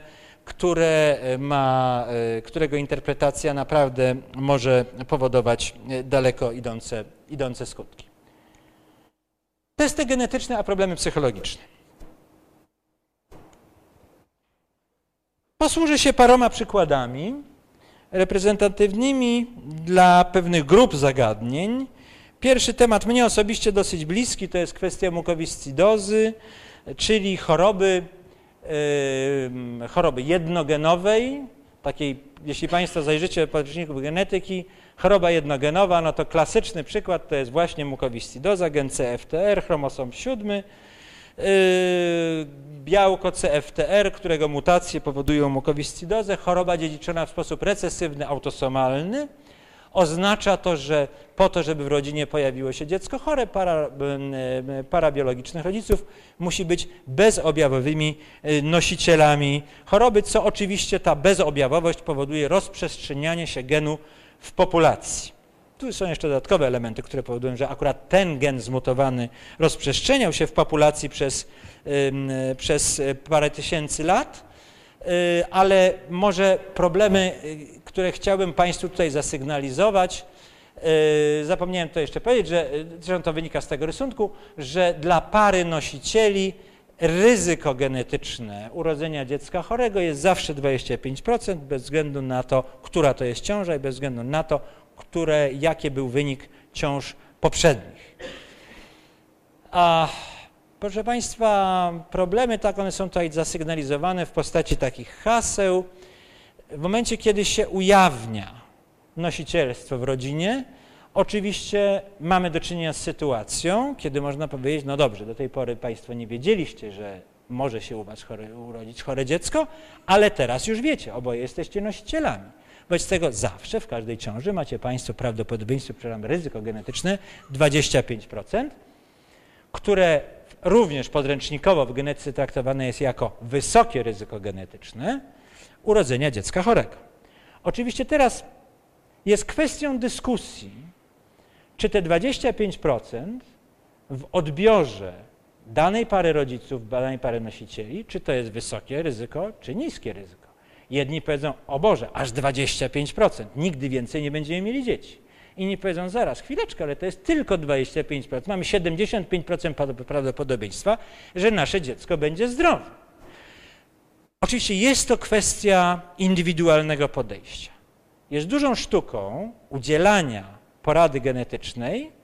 którego interpretacja naprawdę może powodować daleko idące skutki. Testy genetyczne, a problemy psychologiczne. Posłużę się paroma przykładami reprezentatywnymi dla pewnych grup zagadnień. Pierwszy temat mnie osobiście dosyć bliski, to jest kwestia mukowiscydozy, czyli choroby jednogenowej, takiej, jeśli Państwo zajrzycie w podręczniku genetyki, choroba jednogenowa, no to klasyczny przykład to jest właśnie mukowiscydoza, gen CFTR, chromosom 7, białko CFTR, którego mutacje powodują mukowiscydozę, choroba dziedziczona w sposób recesywny, autosomalny. Oznacza to, że po to, żeby w rodzinie pojawiło się dziecko chore, para biologicznych rodziców musi być bezobjawowymi nosicielami choroby, co oczywiście ta bezobjawowość powoduje rozprzestrzenianie się genu w populacji. Tu są jeszcze dodatkowe elementy, które powodują, że akurat ten gen zmutowany rozprzestrzeniał się w populacji przez parę tysięcy lat, ale może problemy, które chciałbym Państwu tutaj zasygnalizować, zapomniałem to jeszcze powiedzieć, że zresztą to wynika z tego rysunku, że dla pary nosicieli ryzyko genetyczne urodzenia dziecka chorego jest zawsze 25%, bez względu na to, która to jest ciąża i bez względu na to, jaki był wynik ciąż poprzednich. A proszę Państwa, problemy tak, one są tutaj zasygnalizowane w postaci takich haseł. W momencie, kiedy się ujawnia nosicielstwo w rodzinie, oczywiście mamy do czynienia z sytuacją, kiedy można powiedzieć, no dobrze, do tej pory Państwo nie wiedzieliście, że może się u Was urodzić chore dziecko, ale teraz już wiecie, oboje jesteście nosicielami. Wobec tego zawsze w każdej ciąży macie Państwo prawdopodobieństwo, ryzyko genetyczne 25%, które również podręcznikowo w genetyce traktowane jest jako wysokie ryzyko genetyczne urodzenia dziecka chorego. Oczywiście teraz jest kwestią dyskusji, czy te 25% w odbiorze danej pary rodziców, danej pary nosicieli, czy to jest wysokie ryzyko, czy niskie ryzyko. Jedni powiedzą, o Boże, aż 25%, nigdy więcej nie będziemy mieli dzieci. Inni powiedzą, zaraz, chwileczkę, ale to jest tylko 25%, mamy 75% prawdopodobieństwa, że nasze dziecko będzie zdrowe. Oczywiście jest to kwestia indywidualnego podejścia. Jest dużą sztuką udzielania porady genetycznej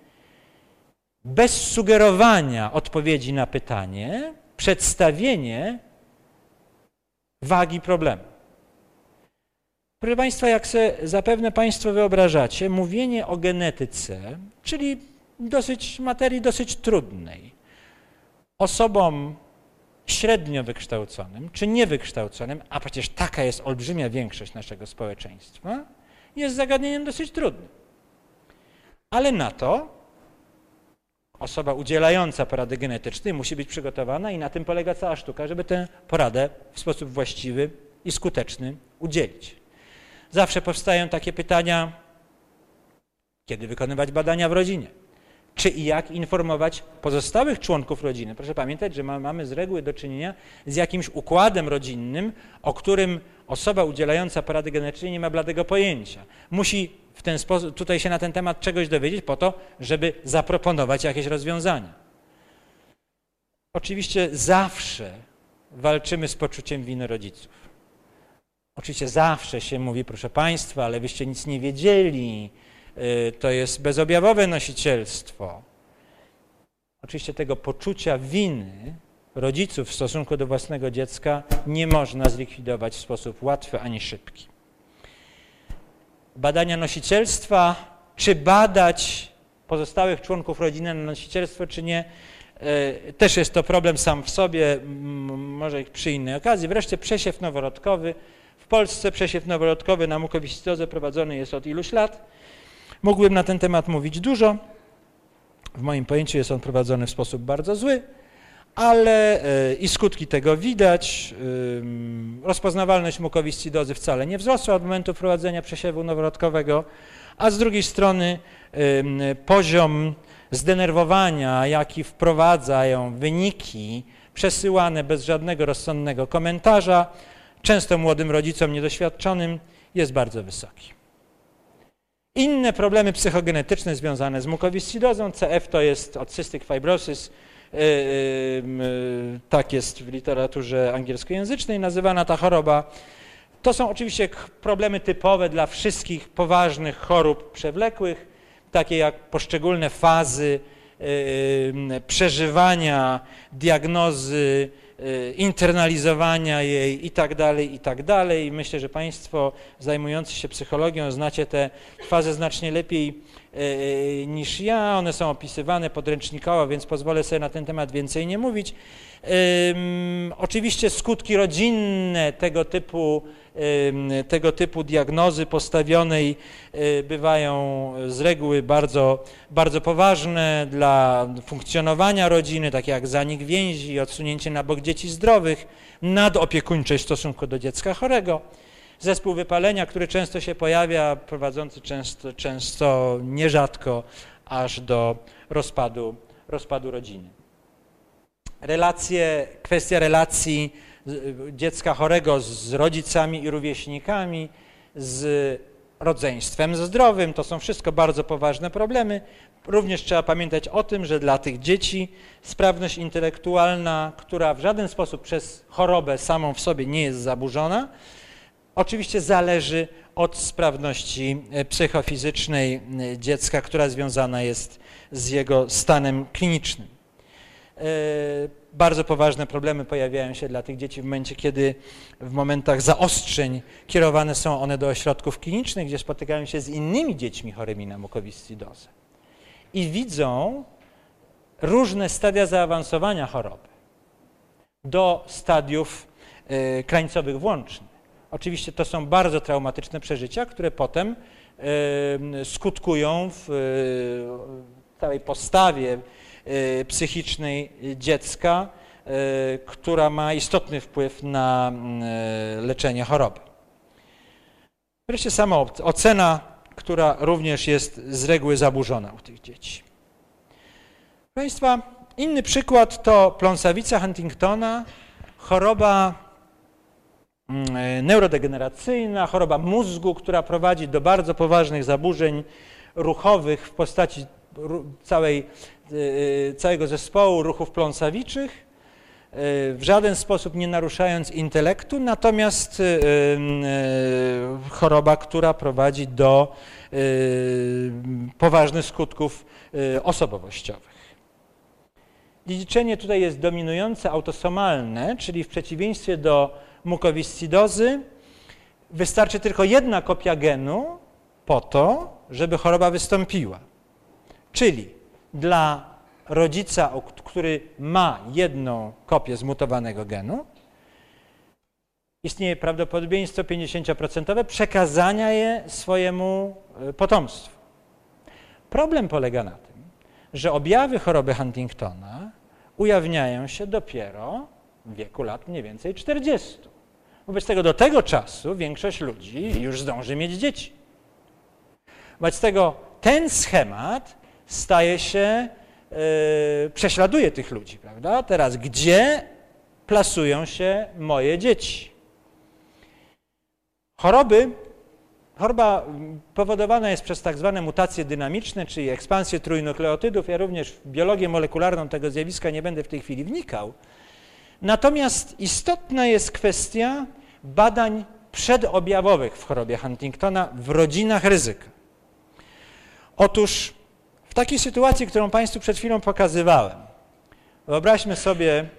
bez sugerowania odpowiedzi na pytanie, przedstawienie wagi problemu. Proszę Państwa, jak sobie zapewne Państwo wyobrażacie, mówienie o genetyce, czyli materii dosyć trudnej, osobom średnio wykształconym czy niewykształconym, a przecież taka jest olbrzymia większość naszego społeczeństwa, jest zagadnieniem dosyć trudnym. Ale na to osoba udzielająca porady genetycznej musi być przygotowana i na tym polega cała sztuka, żeby tę poradę w sposób właściwy i skuteczny udzielić. Zawsze powstają takie pytania, kiedy wykonywać badania w rodzinie, czy i jak informować pozostałych członków rodziny. Proszę pamiętać, że mamy z reguły do czynienia z jakimś układem rodzinnym, o którym osoba udzielająca porady genetycznej nie ma bladego pojęcia. Musi w ten sposób tutaj się na ten temat czegoś dowiedzieć po to, żeby zaproponować jakieś rozwiązania. Oczywiście zawsze walczymy z poczuciem winy rodziców. Oczywiście zawsze się mówi, proszę Państwa, ale wyście nic nie wiedzieli, to jest bezobjawowe nosicielstwo. Oczywiście tego poczucia winy rodziców w stosunku do własnego dziecka nie można zlikwidować w sposób łatwy ani szybki. Badania nosicielstwa, czy badać pozostałych członków rodziny na nosicielstwo, czy nie, też jest to problem sam w sobie, może przy innej okazji. Wreszcie przesiew noworodkowy. W Polsce przesiew noworodkowy na mukowiscydozę prowadzony jest od iluś lat. Mógłbym na ten temat mówić dużo. W moim pojęciu jest on prowadzony w sposób bardzo zły, ale i skutki tego widać. Rozpoznawalność mukowiscydozy wcale nie wzrosła od momentu wprowadzenia przesiewu noworodkowego, a z drugiej strony poziom zdenerwowania, jaki wprowadzają wyniki przesyłane bez żadnego rozsądnego komentarza, często młodym rodzicom niedoświadczonym, jest bardzo wysoki. Inne problemy psychogenetyczne związane z mukowiscydozą, CF to jest od cystic fibrosis, tak jest w literaturze angielskojęzycznej nazywana ta choroba. To są oczywiście problemy typowe dla wszystkich poważnych chorób przewlekłych, takie jak poszczególne fazy przeżywania, diagnozy, internalizowania jej i tak dalej, i tak dalej. Myślę, że Państwo zajmujący się psychologią znacie te fazy znacznie lepiej niż ja. One są opisywane podręcznikowo, więc pozwolę sobie na ten temat więcej nie mówić. Oczywiście skutki rodzinne tego typu diagnozy postawionej bywają z reguły bardzo, bardzo poważne dla funkcjonowania rodziny, takie jak zanik więzi, odsunięcie na bok dzieci zdrowych, nadopiekuńczość w stosunku do dziecka chorego, zespół wypalenia, który często się pojawia, prowadzący często nierzadko aż do rozpadu rodziny. Kwestia relacji dziecka chorego z rodzicami i rówieśnikami, z rodzeństwem zdrowym. To są wszystko bardzo poważne problemy. Również trzeba pamiętać o tym, że dla tych dzieci sprawność intelektualna, która w żaden sposób przez chorobę samą w sobie nie jest zaburzona, oczywiście zależy od sprawności psychofizycznej dziecka, która związana jest z jego stanem klinicznym. Bardzo poważne problemy pojawiają się dla tych dzieci w momencie, kiedy w momentach zaostrzeń kierowane są one do ośrodków klinicznych, gdzie spotykają się z innymi dziećmi chorymi na mukowiscydozę i widzą różne stadia zaawansowania choroby do stadiów krańcowych włącznych. Oczywiście to są bardzo traumatyczne przeżycia, które potem skutkują w całej postawie psychicznej dziecka, która ma istotny wpływ na leczenie choroby. Wreszcie sama ocena, która również jest z reguły zaburzona u tych dzieci. Proszę Państwa, inny przykład to pląsawica Huntingtona, choroba neurodegeneracyjna, choroba mózgu, która prowadzi do bardzo poważnych zaburzeń ruchowych w postaci całego zespołu ruchów pląsawiczych, w żaden sposób nie naruszając intelektu, natomiast choroba, która prowadzi do poważnych skutków osobowościowych. Dziedziczenie tutaj jest dominujące, autosomalne, czyli w przeciwieństwie do mukowiscydozy wystarczy tylko jedna kopia genu po to, żeby choroba wystąpiła. Czyli dla rodzica, który ma jedną kopię zmutowanego genu, istnieje prawdopodobieństwo 50% przekazania je swojemu potomstwu. Problem polega na tym, że objawy choroby Huntingtona ujawniają się dopiero w wieku lat mniej więcej 40. Wobec tego do tego czasu większość ludzi już zdąży mieć dzieci. Wobec tego ten schemat staje się, prześladuje tych ludzi, prawda? Teraz gdzie plasują się moje dzieci? Choroba powodowana jest przez tak zwane mutacje dynamiczne, czyli ekspansję trójnukleotydów. Ja również w biologię molekularną tego zjawiska nie będę w tej chwili wnikał. Natomiast istotna jest kwestia badań przedobjawowych w chorobie Huntingtona w rodzinach ryzyka. Otóż w takiej sytuacji, którą Państwu przed chwilą pokazywałem, wyobraźmy sobie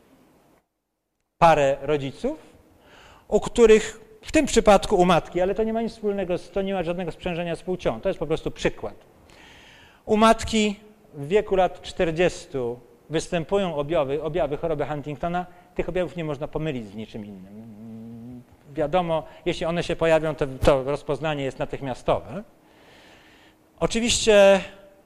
parę rodziców, u których w tym przypadku u matki, ale to nie ma nic wspólnego, to nie ma żadnego sprzężenia z płcią, to jest po prostu przykład. U matki w wieku lat 40 występują objawy choroby Huntingtona, tych objawów nie można pomylić z niczym innym. Wiadomo, jeśli one się pojawią, to rozpoznanie jest natychmiastowe. Oczywiście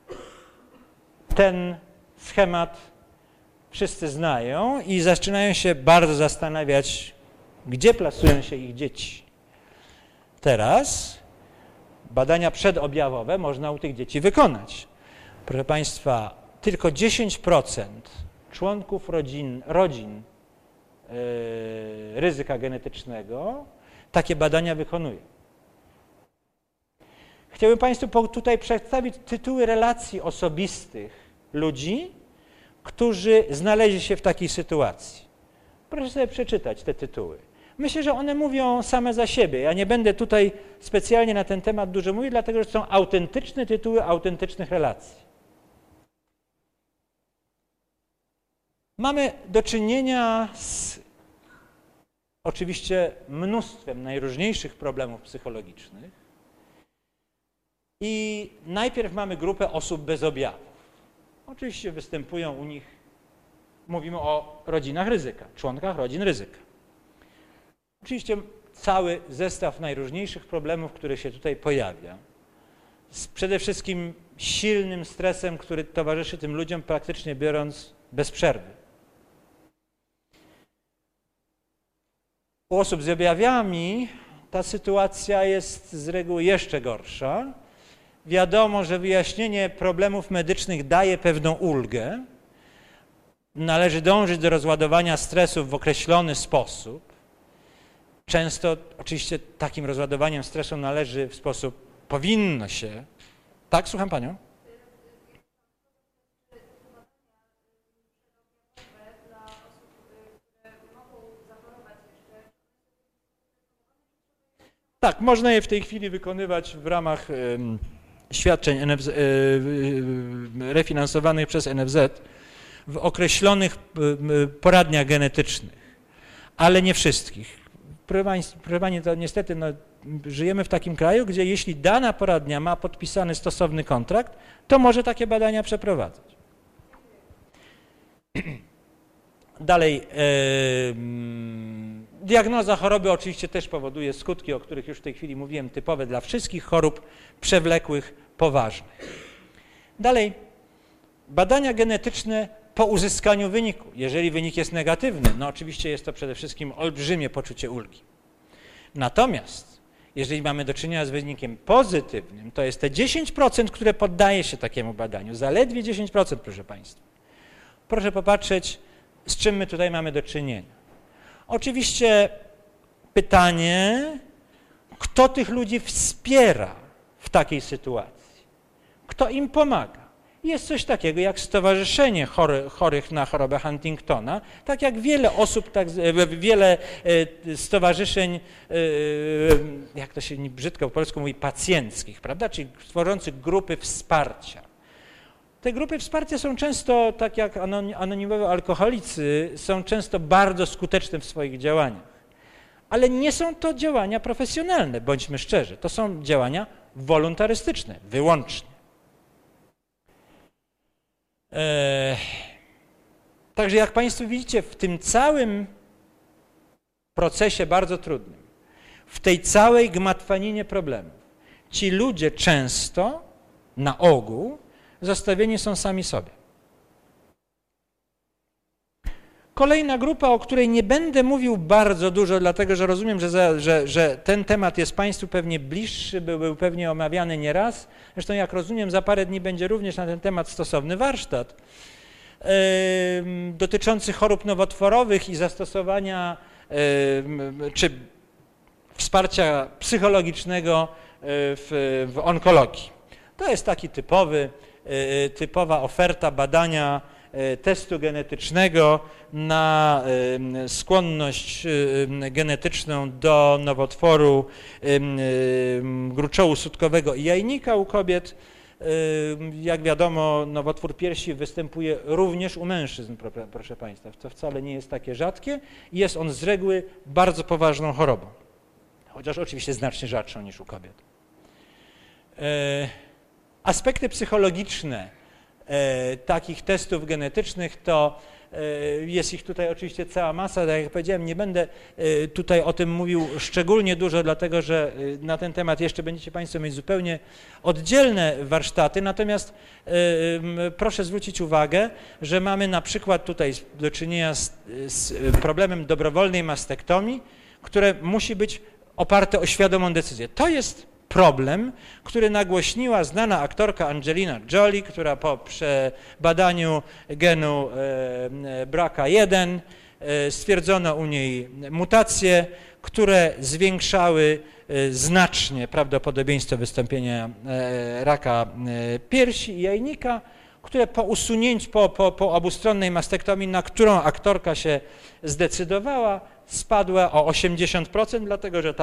ten schemat wszyscy znają i zaczynają się bardzo zastanawiać, gdzie plasują się ich dzieci. Teraz badania przedobjawowe można u tych dzieci wykonać. Proszę Państwa, tylko 10% członków rodzin ryzyka genetycznego takie badania wykonuje. Chciałbym Państwu tutaj przedstawić tytuły relacji osobistych ludzi, którzy znaleźli się w takiej sytuacji. Proszę sobie przeczytać te tytuły. Myślę, że one mówią same za siebie. Ja nie będę tutaj specjalnie na ten temat dużo mówił, dlatego że są autentyczne tytuły autentycznych relacji. Mamy do czynienia z oczywiście mnóstwem najróżniejszych problemów psychologicznych i najpierw mamy grupę osób bez objawów. Oczywiście występują u nich, mówimy o rodzinach ryzyka, członkach rodzin ryzyka. Oczywiście cały zestaw najróżniejszych problemów, który się tutaj pojawia, z przede wszystkim silnym stresem, który towarzyszy tym ludziom praktycznie biorąc bez przerwy. U osób z objawami ta sytuacja jest z reguły jeszcze gorsza. Wiadomo, że wyjaśnienie problemów medycznych daje pewną ulgę. Należy dążyć do rozładowania stresów w określony sposób. Często oczywiście takim rozładowaniem stresu należy w sposób, powinno się... Tak, słucham Panią? Tak, można je w tej chwili wykonywać w ramach świadczeń refinansowanych przez NFZ w określonych poradniach genetycznych, ale nie wszystkich. Proszę Pani, to niestety żyjemy w takim kraju, gdzie jeśli dana poradnia ma podpisany stosowny kontrakt, to może takie badania przeprowadzać. Dalej, diagnoza choroby oczywiście też powoduje skutki, o których już w tej chwili mówiłem, typowe dla wszystkich chorób przewlekłych, poważnych. Dalej, badania genetyczne po uzyskaniu wyniku. Jeżeli wynik jest negatywny, no oczywiście jest to przede wszystkim olbrzymie poczucie ulgi. Natomiast jeżeli mamy do czynienia z wynikiem pozytywnym, to jest te 10%, które poddaje się takiemu badaniu. Zaledwie 10%, proszę Państwa. Proszę popatrzeć, z czym my tutaj mamy do czynienia. Oczywiście pytanie, kto tych ludzi wspiera w takiej sytuacji? Kto im pomaga? Jest coś takiego jak Stowarzyszenie Chorych na chorobę Huntingtona, tak jak wiele osób, wiele stowarzyszeń, jak to się brzydko po polsku mówi, pacjenckich, prawda? Czyli tworzących grupy wsparcia. Te grupy wsparcia są często, tak jak anonimowi alkoholicy, są często bardzo skuteczne w swoich działaniach. Ale nie są to działania profesjonalne, bądźmy szczerzy. To są działania wolontarystyczne, wyłącznie. Także jak Państwo widzicie, w tym całym procesie bardzo trudnym, w tej całej gmatwaninie problemów, ci ludzie często, na ogół, zostawieni są sami sobie. Kolejna grupa, o której nie będę mówił bardzo dużo, dlatego że rozumiem, że ten temat jest Państwu pewnie bliższy, był pewnie omawiany nieraz. Zresztą jak rozumiem, za parę dni będzie również na ten temat stosowny warsztat dotyczący chorób nowotworowych i zastosowania czy wsparcia psychologicznego w onkologii. To jest taki typowa oferta badania testu genetycznego na skłonność genetyczną do nowotworu gruczołu sutkowego i jajnika u kobiet. Jak wiadomo, nowotwór piersi występuje również u mężczyzn, proszę Państwa, co wcale nie jest takie rzadkie i jest on z reguły bardzo poważną chorobą, chociaż oczywiście znacznie rzadszą niż u kobiet. Aspekty psychologiczne takich testów genetycznych to jest ich tutaj oczywiście cała masa, tak jak powiedziałem, nie będę tutaj o tym mówił szczególnie dużo, dlatego że na ten temat jeszcze będziecie Państwo mieć zupełnie oddzielne warsztaty, natomiast proszę zwrócić uwagę, że mamy na przykład tutaj do czynienia z problemem dobrowolnej mastektomii, które musi być oparte o świadomą decyzję. To jest problem, który nagłośniła znana aktorka Angelina Jolie, która po przebadaniu genu BRCA1 stwierdzono u niej mutacje, które zwiększały znacznie prawdopodobieństwo wystąpienia raka piersi i jajnika, które po usunięciu, po obustronnej mastektomii, na którą aktorka się zdecydowała, spadła o 80%, dlatego że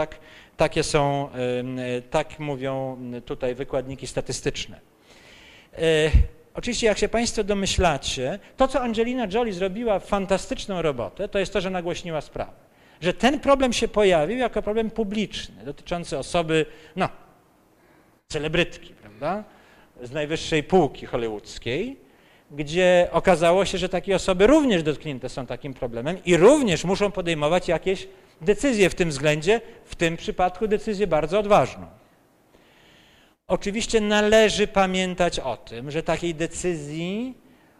tak mówią tutaj wykładniki statystyczne. Oczywiście, jak się Państwo domyślacie, to, co Angelina Jolie zrobiła fantastyczną robotę, to jest to, że nagłośniła sprawę. Że ten problem się pojawił jako problem publiczny, dotyczący osoby, celebrytki, prawda, z najwyższej półki hollywoodzkiej, gdzie okazało się, że takie osoby również dotknięte są takim problemem i również muszą podejmować jakieś decyzję w tym względzie, w tym przypadku decyzję bardzo odważną. Oczywiście należy pamiętać o tym, że takiej decyzji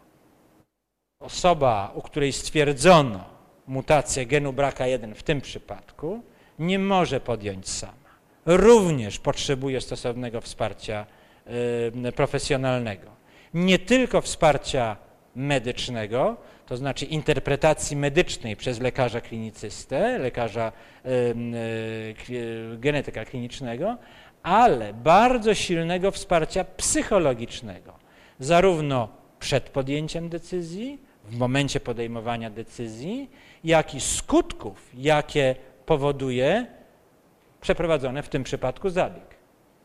osoba, u której stwierdzono mutację genu BRCA1 w tym przypadku, nie może podjąć sama. Również potrzebuje stosownego wsparcia profesjonalnego. Nie tylko wsparcia medycznego, to znaczy interpretacji medycznej przez lekarza klinicystę, lekarza genetyka klinicznego, ale bardzo silnego wsparcia psychologicznego, zarówno przed podjęciem decyzji, w momencie podejmowania decyzji, jak i skutków, jakie powoduje przeprowadzony w tym przypadku zabieg.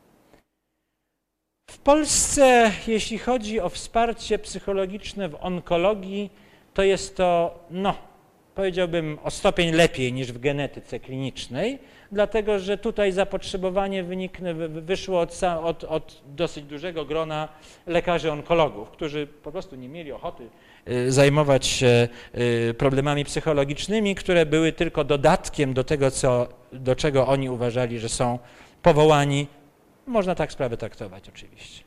W Polsce, jeśli chodzi o wsparcie psychologiczne w onkologii, to jest to, powiedziałbym, o stopień lepiej niż w genetyce klinicznej, dlatego że tutaj zapotrzebowanie wyszło od dosyć dużego grona lekarzy onkologów, którzy po prostu nie mieli ochoty zajmować się problemami psychologicznymi, które były tylko dodatkiem do tego, do czego oni uważali, że są powołani. Można tak sprawę traktować oczywiście.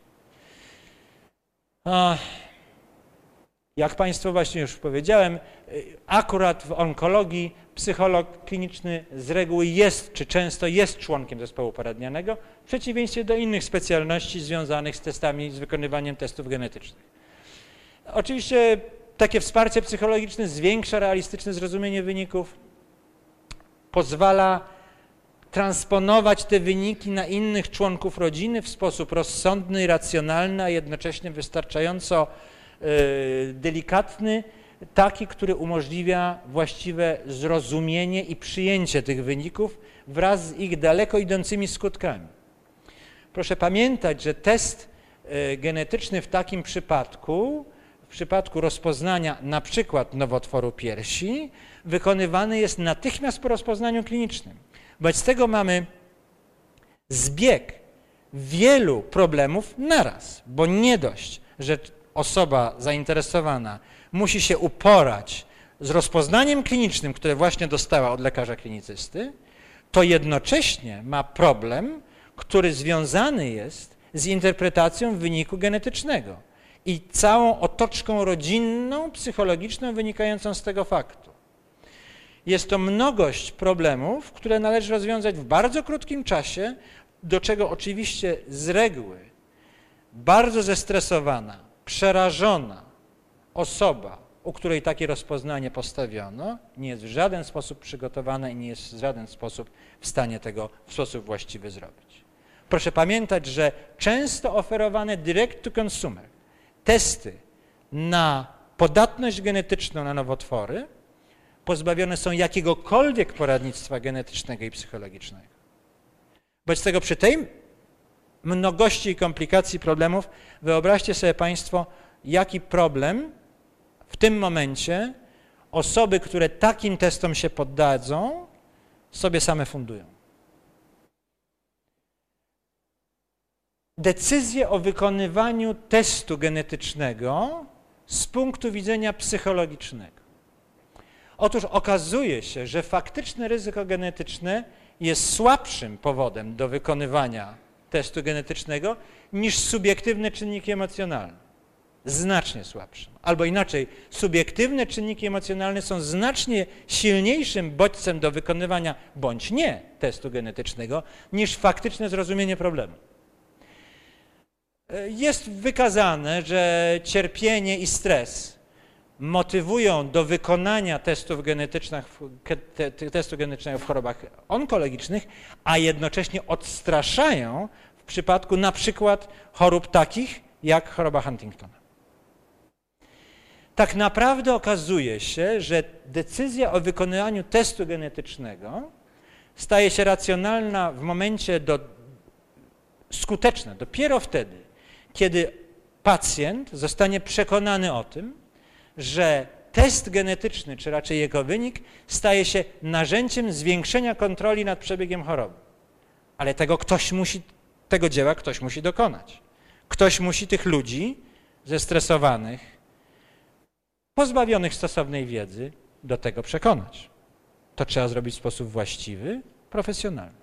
Jak Państwu właśnie już powiedziałem, akurat w onkologii psycholog kliniczny z reguły jest, czy często jest członkiem zespołu poradnianego, w przeciwieństwie do innych specjalności związanych z testami, z wykonywaniem testów genetycznych. Oczywiście takie wsparcie psychologiczne zwiększa realistyczne zrozumienie wyników, pozwala transponować te wyniki na innych członków rodziny w sposób rozsądny i racjonalny, a jednocześnie wystarczająco delikatny, taki, który umożliwia właściwe zrozumienie i przyjęcie tych wyników wraz z ich daleko idącymi skutkami. Proszę pamiętać, że test genetyczny w takim przypadku, w przypadku rozpoznania na przykład nowotworu piersi, wykonywany jest natychmiast po rozpoznaniu klinicznym. Wobec tego mamy zbieg wielu problemów naraz, bo nie dość, że osoba zainteresowana musi się uporać z rozpoznaniem klinicznym, które właśnie dostała od lekarza klinicysty, to jednocześnie ma problem, który związany jest z interpretacją wyniku genetycznego i całą otoczką rodzinną, psychologiczną wynikającą z tego faktu. Jest to mnogość problemów, które należy rozwiązać w bardzo krótkim czasie, do czego oczywiście z reguły bardzo zestresowana, przerażona osoba, u której takie rozpoznanie postawiono, nie jest w żaden sposób przygotowana i nie jest w żaden sposób w stanie tego w sposób właściwy zrobić. Proszę pamiętać, że często oferowane direct to consumer testy na podatność genetyczną na nowotwory pozbawione są jakiegokolwiek poradnictwa genetycznego i psychologicznego. Wobec tego przy tej mnogości i komplikacji problemów wyobraźcie sobie Państwo, jaki problem w tym momencie osoby, które takim testom się poddadzą, sobie same fundują. Decyzje o wykonywaniu testu genetycznego z punktu widzenia psychologicznego. Otóż okazuje się, że faktyczne ryzyko genetyczne jest słabszym powodem do wykonywania testu genetycznego niż subiektywne czynniki emocjonalne. Znacznie słabszym. Albo inaczej, subiektywne czynniki emocjonalne są znacznie silniejszym bodźcem do wykonywania bądź nie testu genetycznego niż faktyczne zrozumienie problemu. Jest wykazane, że cierpienie i stres motywują do wykonania testu genetycznego w chorobach onkologicznych, a jednocześnie odstraszają w przypadku na przykład chorób takich jak choroba Huntingtona. Tak naprawdę okazuje się, że decyzja o wykonywaniu testu genetycznego staje się racjonalna w momencie skuteczna dopiero wtedy, kiedy pacjent zostanie przekonany o tym, że test genetyczny, czy raczej jego wynik, staje się narzędziem zwiększenia kontroli nad przebiegiem choroby. Ale tego dzieła ktoś musi dokonać. Ktoś musi tych ludzi zestresowanych, pozbawionych stosownej wiedzy, do tego przekonać. To trzeba zrobić w sposób właściwy, profesjonalny.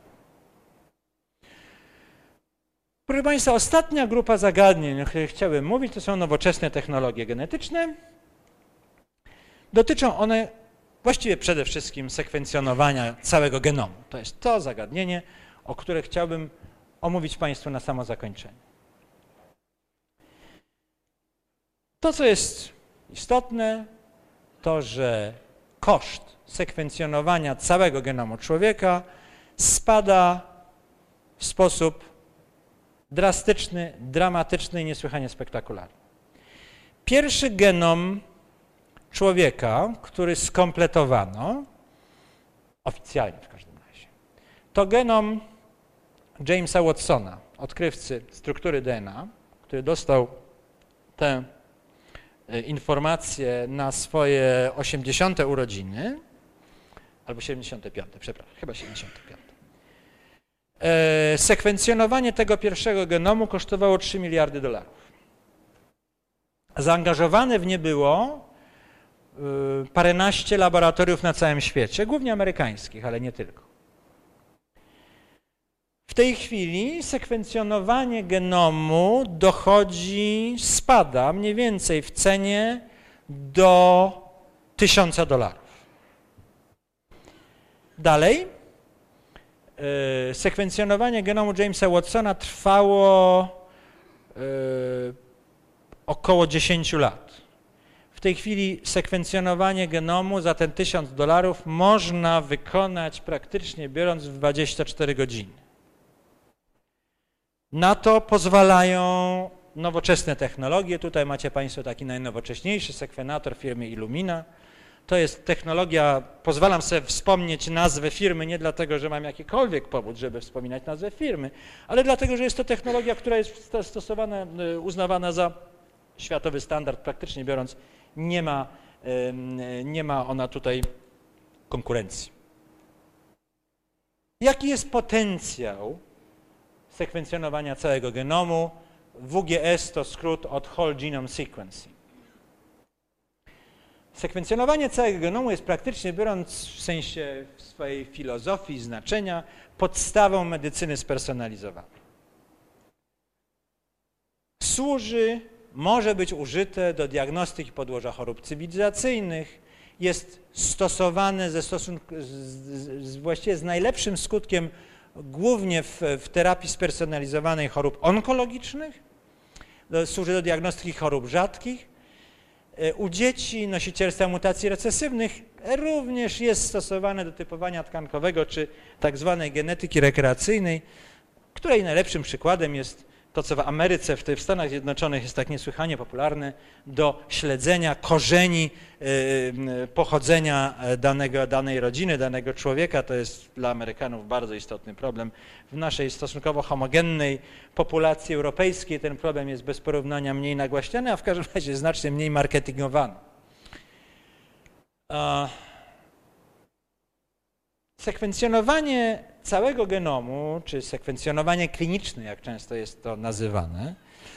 Proszę Państwa, ostatnia grupa zagadnień, o których chciałem mówić, to są nowoczesne technologie genetyczne. Dotyczą one właściwie przede wszystkim sekwencjonowania całego genomu. To jest to zagadnienie, o które chciałbym omówić Państwu na samo zakończenie. To, co jest istotne, to że koszt sekwencjonowania całego genomu człowieka spada w sposób drastyczny, dramatyczny i niesłychanie spektakularny. Pierwszy genom człowieka, który skompletowano, oficjalnie w każdym razie, to genom Jamesa Watsona, odkrywcy struktury DNA, który dostał tę informację na swoje 80. urodziny, albo 75, przepraszam, chyba 75. Sekwencjonowanie tego pierwszego genomu kosztowało $3 miliardy. Zaangażowane w nie było paręnaście laboratoriów na całym świecie, głównie amerykańskich, ale nie tylko. W tej chwili sekwencjonowanie genomu spada mniej więcej w cenie do $1000. Dalej, sekwencjonowanie genomu Jamesa Watsona trwało około 10 lat. W tej chwili sekwencjonowanie genomu za ten $1000 można wykonać praktycznie biorąc w 24 godziny. Na to pozwalają nowoczesne technologie. Tutaj macie Państwo taki najnowocześniejszy sekwenator firmy Illumina. To jest technologia, pozwalam sobie wspomnieć nazwę firmy nie dlatego, że mam jakikolwiek powód, żeby wspominać nazwę firmy, ale dlatego, że jest to technologia, która jest stosowana, uznawana za światowy standard. Praktycznie biorąc, nie ma ona tutaj konkurencji. Jaki jest potencjał sekwencjonowania całego genomu? WGS to skrót od Whole Genome Sequencing. Sekwencjonowanie całego genomu jest praktycznie biorąc w sensie swojej filozofii, znaczenia, podstawą medycyny spersonalizowanej. Może być użyte do diagnostyki podłoża chorób cywilizacyjnych, jest stosowane właściwie z najlepszym skutkiem głównie w terapii spersonalizowanej chorób onkologicznych, służy do diagnostyki chorób rzadkich. U dzieci nosicielstwa mutacji recesywnych również jest stosowane do typowania tkankowego czy tak zwanej genetyki rekreacyjnej, której najlepszym przykładem jest to, co w Ameryce, w Stanach Zjednoczonych jest tak niesłychanie popularne, do śledzenia korzeni pochodzenia danej rodziny, danego człowieka. To jest dla Amerykanów bardzo istotny problem. W naszej stosunkowo homogennej populacji europejskiej ten problem jest bez porównania mniej nagłaśniany, a w każdym razie znacznie mniej marketingowany. Sekwencjonowanie całego genomu, czy sekwencjonowanie kliniczne, jak często jest to nazywane,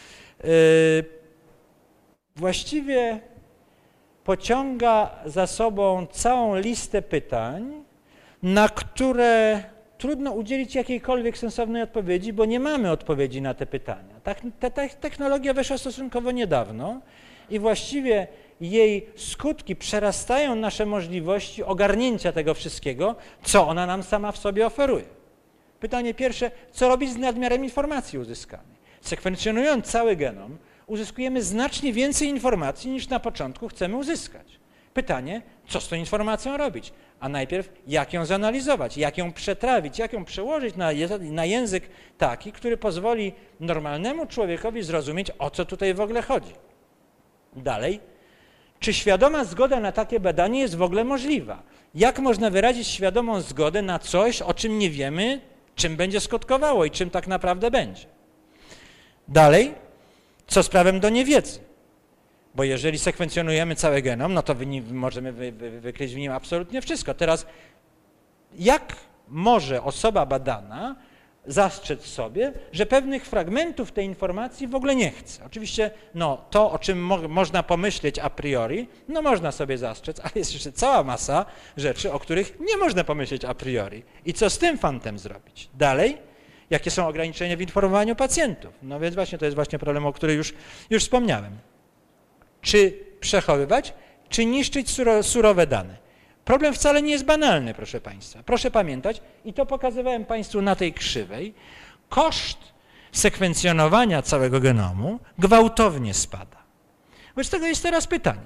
właściwie pociąga za sobą całą listę pytań, na które trudno udzielić jakiejkolwiek sensownej odpowiedzi, bo nie mamy odpowiedzi na te pytania. Ta technologia weszła stosunkowo niedawno i właściwie jej skutki przerastają nasze możliwości ogarnięcia tego wszystkiego, co ona nam sama w sobie oferuje. Pytanie pierwsze, co robić z nadmiarem informacji uzyskanej? Sekwencjonując cały genom, uzyskujemy znacznie więcej informacji, niż na początku chcemy uzyskać. Pytanie, co z tą informacją robić? A najpierw, jak ją zanalizować, jak ją przetrawić, jak ją przełożyć na język taki, który pozwoli normalnemu człowiekowi zrozumieć, o co tutaj w ogóle chodzi. Dalej, czy świadoma zgoda na takie badanie jest w ogóle możliwa? Jak można wyrazić świadomą zgodę na coś, o czym nie wiemy, czym będzie skutkowało i czym tak naprawdę będzie? Dalej, co z prawem do niewiedzy? Bo jeżeli sekwencjonujemy cały genom, no to możemy wykryć w nim absolutnie wszystko. Teraz, jak może osoba badana zastrzec sobie, że pewnych fragmentów tej informacji w ogóle nie chce? Oczywiście to, o czym można pomyśleć a priori, można sobie zastrzec, ale jest jeszcze cała masa rzeczy, o których nie można pomyśleć a priori. I co z tym fantem zrobić? Dalej, jakie są ograniczenia w informowaniu pacjentów? No więc właśnie to jest właśnie problem, o którym już wspomniałem. Czy przechowywać, czy niszczyć surowe dane? Problem wcale nie jest banalny, proszę Państwa. Proszę pamiętać, i to pokazywałem Państwu na tej krzywej, koszt sekwencjonowania całego genomu gwałtownie spada. Wobec tego jest teraz pytanie,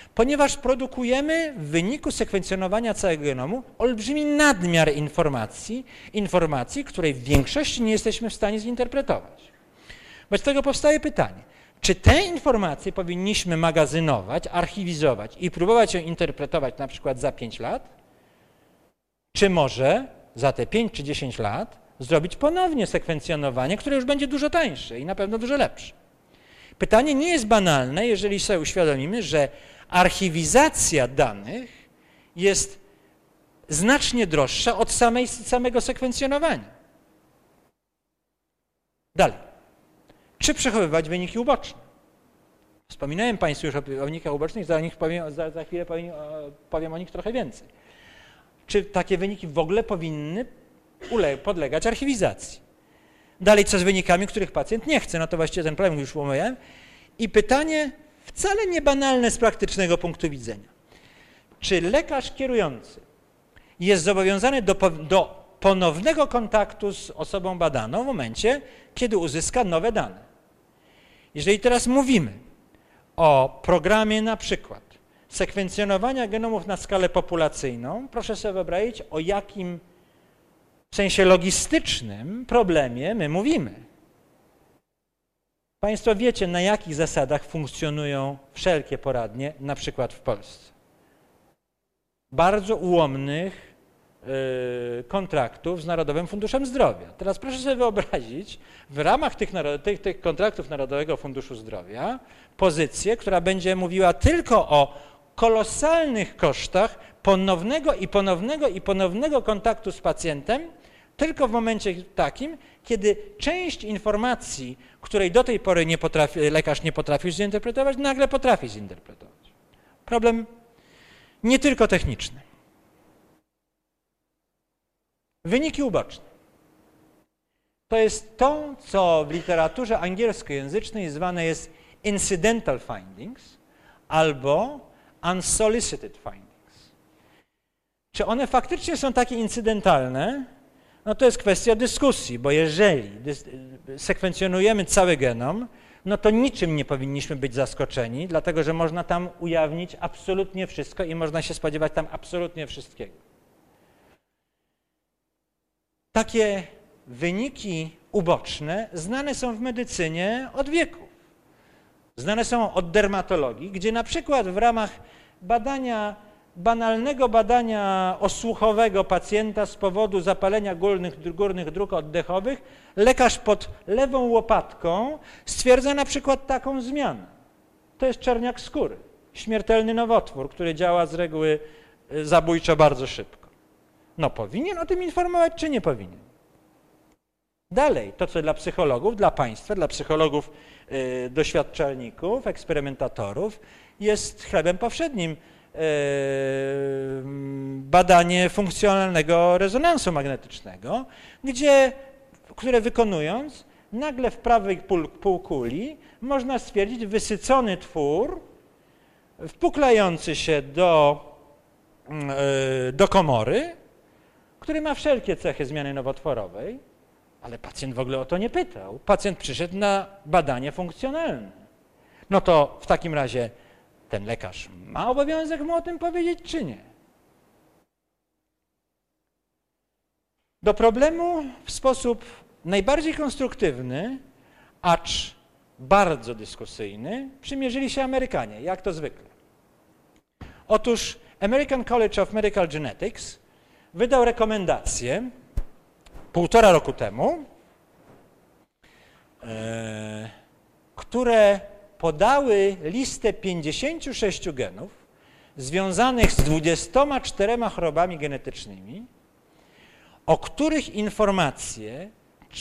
ponieważ produkujemy w wyniku sekwencjonowania całego genomu olbrzymi nadmiar informacji, której w większości nie jesteśmy w stanie zinterpretować. Wobec tego powstaje pytanie, czy te informacje powinniśmy magazynować, archiwizować i próbować ją interpretować na przykład za 5 lat, czy może za te 5 czy 10 lat zrobić ponownie sekwencjonowanie, które już będzie dużo tańsze i na pewno dużo lepsze. Pytanie nie jest banalne, jeżeli sobie uświadomimy, że archiwizacja danych jest znacznie droższa od samego sekwencjonowania. Dalej. Czy przechowywać wyniki uboczne? Wspominałem Państwu już o wynikach ubocznych, za chwilę powiem o nich trochę więcej. Czy takie wyniki w ogóle powinny podlegać archiwizacji? Dalej, co z wynikami, których pacjent nie chce? No to właściwie ten problem już omawiałem. I pytanie wcale nie banalne z praktycznego punktu widzenia. Czy lekarz kierujący jest zobowiązany do ponownego kontaktu z osobą badaną w momencie, kiedy uzyska nowe dane? Jeżeli teraz mówimy o programie na przykład sekwencjonowania genomów na skalę populacyjną, proszę sobie wyobrazić, o jakim w sensie logistycznym problemie my mówimy. Państwo wiecie, na jakich zasadach funkcjonują wszelkie poradnie, na przykład w Polsce. Bardzo ułomnych kontraktów z Narodowym Funduszem Zdrowia. Teraz proszę sobie wyobrazić w ramach tych kontraktów Narodowego Funduszu Zdrowia pozycję, która będzie mówiła tylko o kolosalnych kosztach ponownego kontaktu z pacjentem, tylko w momencie takim, kiedy część informacji, której do tej pory lekarz nie potrafił zinterpretować, nagle potrafi zinterpretować. Problem nie tylko techniczny. Wyniki uboczne. To jest to, co w literaturze angielskojęzycznej zwane jest incidental findings albo unsolicited findings. Czy one faktycznie są takie incydentalne? No to jest kwestia dyskusji, bo jeżeli sekwencjonujemy cały genom, no to niczym nie powinniśmy być zaskoczeni, dlatego że można tam ujawnić absolutnie wszystko i można się spodziewać tam absolutnie wszystkiego. Takie wyniki uboczne znane są w medycynie od wieków. Znane są od dermatologii, gdzie na przykład w ramach banalnego badania osłuchowego pacjenta z powodu zapalenia górnych dróg oddechowych lekarz pod lewą łopatką stwierdza na przykład taką zmianę. To jest czerniak skóry, śmiertelny nowotwór, który działa z reguły zabójczo bardzo szybko. No powinien o tym informować, czy nie powinien? Dalej, to co dla psychologów, dla państwa, dla psychologów doświadczalników, eksperymentatorów jest chlebem powszednim badanie funkcjonalnego rezonansu magnetycznego, które wykonując nagle w prawej półkuli można stwierdzić wysycony twór wpuklający się do komory, który ma wszelkie cechy zmiany nowotworowej, ale pacjent w ogóle o to nie pytał. Pacjent przyszedł na badanie funkcjonalne. No to w takim razie ten lekarz ma obowiązek mu o tym powiedzieć, czy nie? Do problemu w sposób najbardziej konstruktywny, acz bardzo dyskusyjny, przymierzyli się Amerykanie, jak to zwykle. Otóż American College of Medical Genetics wydał rekomendacje 1,5 roku temu, które podały listę 56 genów związanych z 24 chorobami genetycznymi, o których informacje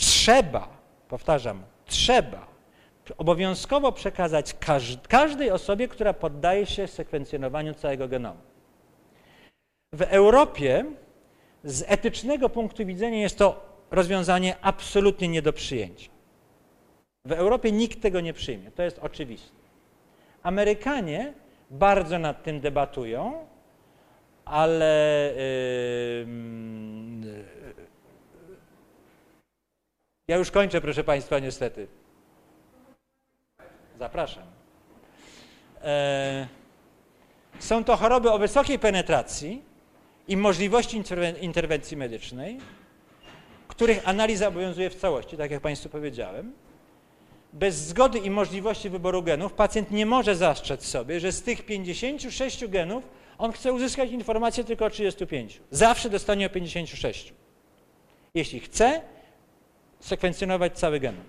trzeba obowiązkowo przekazać każdej osobie, która poddaje się sekwencjonowaniu całego genomu. W Europie z etycznego punktu widzenia jest to rozwiązanie absolutnie nie do przyjęcia. W Europie nikt tego nie przyjmie, to jest oczywiste. Amerykanie bardzo nad tym debatują, ale ja już kończę, proszę Państwa, niestety. Zapraszam. Są to choroby o wysokiej penetracji i możliwości interwencji medycznej, których analiza obowiązuje w całości, tak jak Państwu powiedziałem. Bez zgody i możliwości wyboru genów pacjent nie może zastrzec sobie, że z tych 56 genów on chce uzyskać informację tylko o 35. Zawsze dostanie o 56. Jeśli chce sekwencjonować cały genom.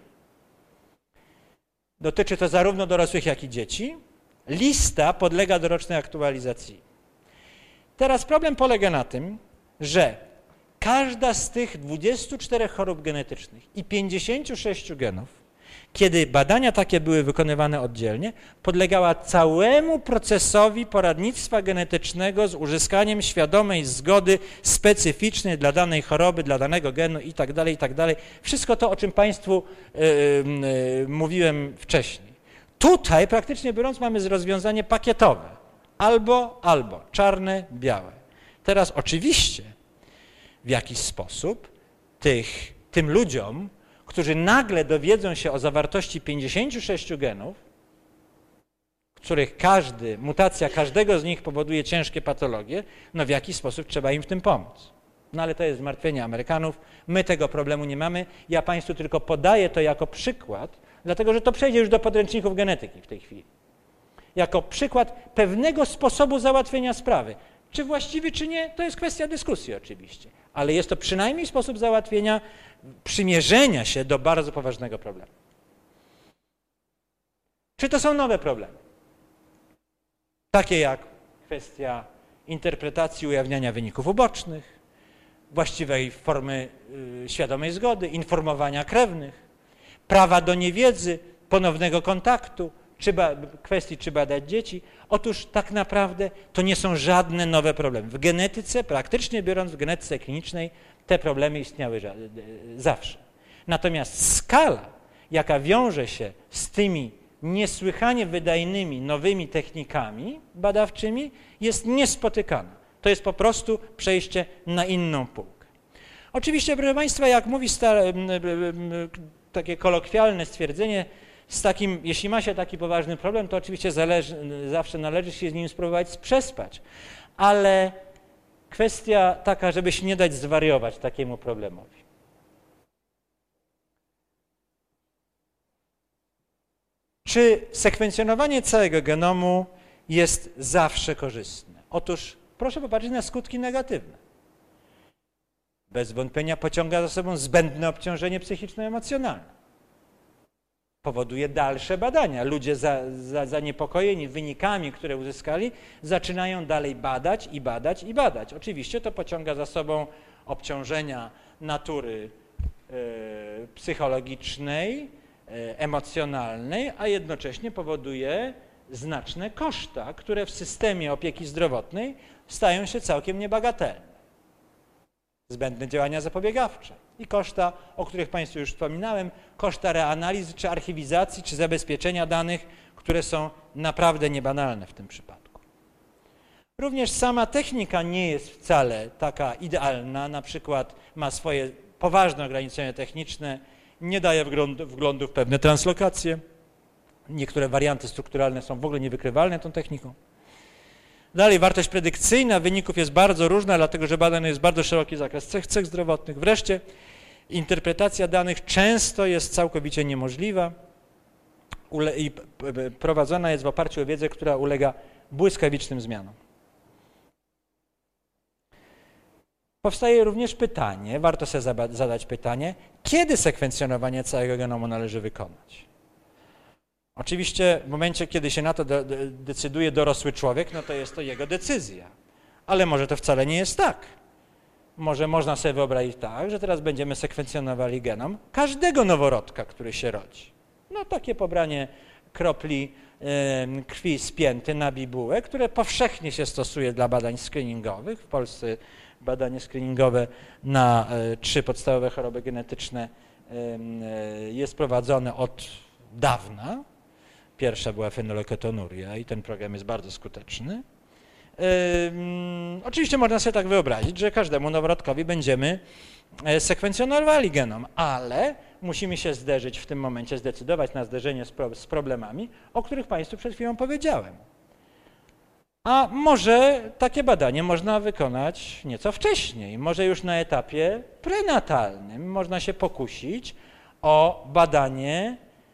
Dotyczy to zarówno dorosłych, jak i dzieci. Lista podlega dorocznej aktualizacji. Teraz problem polega na tym, że każda z tych 24 chorób genetycznych i 56 genów, kiedy badania takie były wykonywane oddzielnie, podlegała całemu procesowi poradnictwa genetycznego z uzyskaniem świadomej zgody specyficznej dla danej choroby, dla danego genu itd., itd. Wszystko to, o czym Państwu mówiłem wcześniej. Tutaj praktycznie biorąc mamy rozwiązanie pakietowe. Albo, czarne, białe. Teraz oczywiście w jakiś sposób tym ludziom, którzy nagle dowiedzą się o zawartości 56 genów, których mutacja każdego z nich powoduje ciężkie patologie, no w jakiś sposób trzeba im w tym pomóc. No ale to jest zmartwienie Amerykanów, my tego problemu nie mamy, ja Państwu tylko podaję to jako przykład, dlatego że to przejdzie już do podręczników genetyki w tej chwili. Jako przykład pewnego sposobu załatwienia sprawy. Czy właściwy, czy nie, to jest kwestia dyskusji oczywiście, ale jest to przynajmniej sposób załatwienia, przymierzenia się do bardzo poważnego problemu. Czy to są nowe problemy? Takie jak kwestia interpretacji ujawniania wyników ubocznych, właściwej formy świadomej zgody, informowania krewnych, prawa do niewiedzy, ponownego kontaktu, kwestii czy badać dzieci. Otóż tak naprawdę to nie są żadne nowe problemy. W genetyce, praktycznie biorąc w genetyce klinicznej, te problemy istniały zawsze. Natomiast skala, jaka wiąże się z tymi niesłychanie wydajnymi, nowymi technikami badawczymi, jest niespotykana. To jest po prostu przejście na inną półkę. Oczywiście, proszę Państwa, jak mówi takie kolokwialne stwierdzenie, jeśli ma się taki poważny problem, to oczywiście zawsze należy się z nim spróbować przespać, ale kwestia taka, żeby się nie dać zwariować takiemu problemowi. Czy sekwencjonowanie całego genomu jest zawsze korzystne? Otóż proszę popatrzeć na skutki negatywne. Bez wątpienia pociąga za sobą zbędne obciążenie psychiczno-emocjonalne. Powoduje dalsze badania. Ludzie zaniepokojeni wynikami, które uzyskali, zaczynają dalej badać i badać i badać. Oczywiście to pociąga za sobą obciążenia natury psychologicznej, emocjonalnej, a jednocześnie powoduje znaczne koszta, które w systemie opieki zdrowotnej stają się całkiem niebagatelne. Zbędne działania zapobiegawcze i koszta, o których Państwu już wspominałem, koszta reanalizy, czy archiwizacji, czy zabezpieczenia danych, które są naprawdę niebanalne w tym przypadku. Również sama technika nie jest wcale taka idealna, na przykład ma swoje poważne ograniczenia techniczne, nie daje wglądu w pewne translokacje, niektóre warianty strukturalne są w ogóle niewykrywalne tą techniką. Dalej, wartość predykcyjna wyników jest bardzo różna, dlatego że badany jest bardzo szeroki zakres cech zdrowotnych. Wreszcie interpretacja danych często jest całkowicie niemożliwa i prowadzona jest w oparciu o wiedzę, która ulega błyskawicznym zmianom. Powstaje również pytanie, warto sobie zadać pytanie, kiedy sekwencjonowanie całego genomu należy wykonać. Oczywiście w momencie, kiedy się na to decyduje dorosły człowiek, no to jest to jego decyzja. Ale może to wcale nie jest tak. Może można sobie wyobrazić tak, że teraz będziemy sekwencjonowali genom każdego noworodka, który się rodzi. No takie pobranie kropli krwi z pięty na bibułę, które powszechnie się stosuje dla badań screeningowych. W Polsce badanie screeningowe na 3 podstawowe choroby genetyczne jest prowadzone od dawna. Pierwsza była fenylketonuria i ten program jest bardzo skuteczny. Oczywiście można sobie tak wyobrazić, że każdemu noworodkowi będziemy sekwencjonowali genom, ale musimy się zderzyć w tym momencie, zdecydować na zderzenie z problemami, o których Państwu przed chwilą powiedziałem. A może takie badanie można wykonać nieco wcześniej, może już na etapie prenatalnym można się pokusić o badanie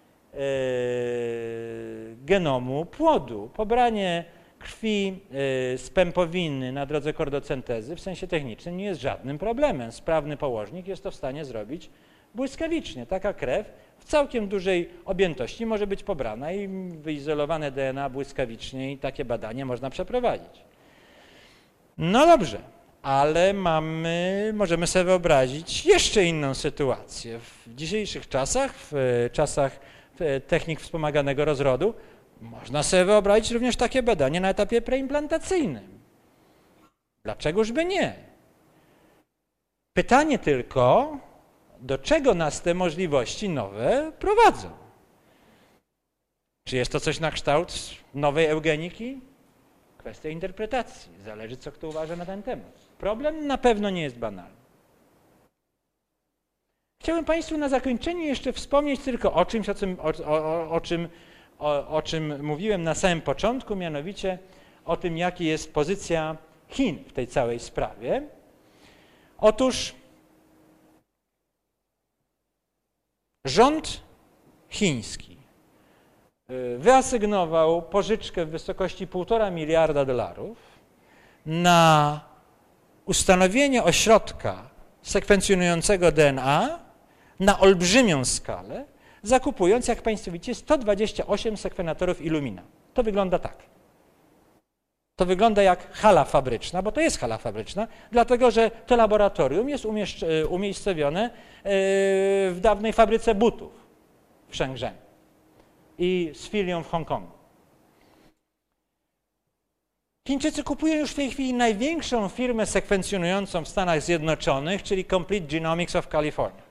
genomu płodu, pobranie krwi z pępowiny na drodze kordocentezy w sensie technicznym nie jest żadnym problemem. Sprawny położnik jest to w stanie zrobić błyskawicznie. Taka krew w całkiem dużej objętości może być pobrana i wyizolowane DNA błyskawicznie i takie badanie można przeprowadzić. No dobrze, ale możemy sobie wyobrazić jeszcze inną sytuację. W dzisiejszych czasach, w czasach technik wspomaganego rozrodu, można sobie wyobrazić również takie badanie na etapie preimplantacyjnym. Dlaczegoż by nie? Pytanie tylko, do czego nas te możliwości nowe prowadzą? Czy jest to coś na kształt nowej eugeniki? Kwestia interpretacji. Zależy, co kto uważa na ten temat. Problem na pewno nie jest banalny. Chciałbym Państwu na zakończenie jeszcze wspomnieć tylko o czymś, o czym mówiłem na samym początku, mianowicie o tym, jaka jest pozycja Chin w tej całej sprawie. Otóż rząd chiński wyasygnował pożyczkę w wysokości $1,5 miliarda na ustanowienie ośrodka sekwencjonującego DNA na olbrzymią skalę, zakupując, jak Państwo widzicie, 128 sekwenatorów Illumina. To wygląda tak. To wygląda jak hala fabryczna, bo to jest hala fabryczna, dlatego że to laboratorium jest umiejscowione w dawnej fabryce butów w Shenzhen i z filią w Hongkongu. Chińczycy kupują już w tej chwili największą firmę sekwencjonującą w Stanach Zjednoczonych, czyli Complete Genomics of California.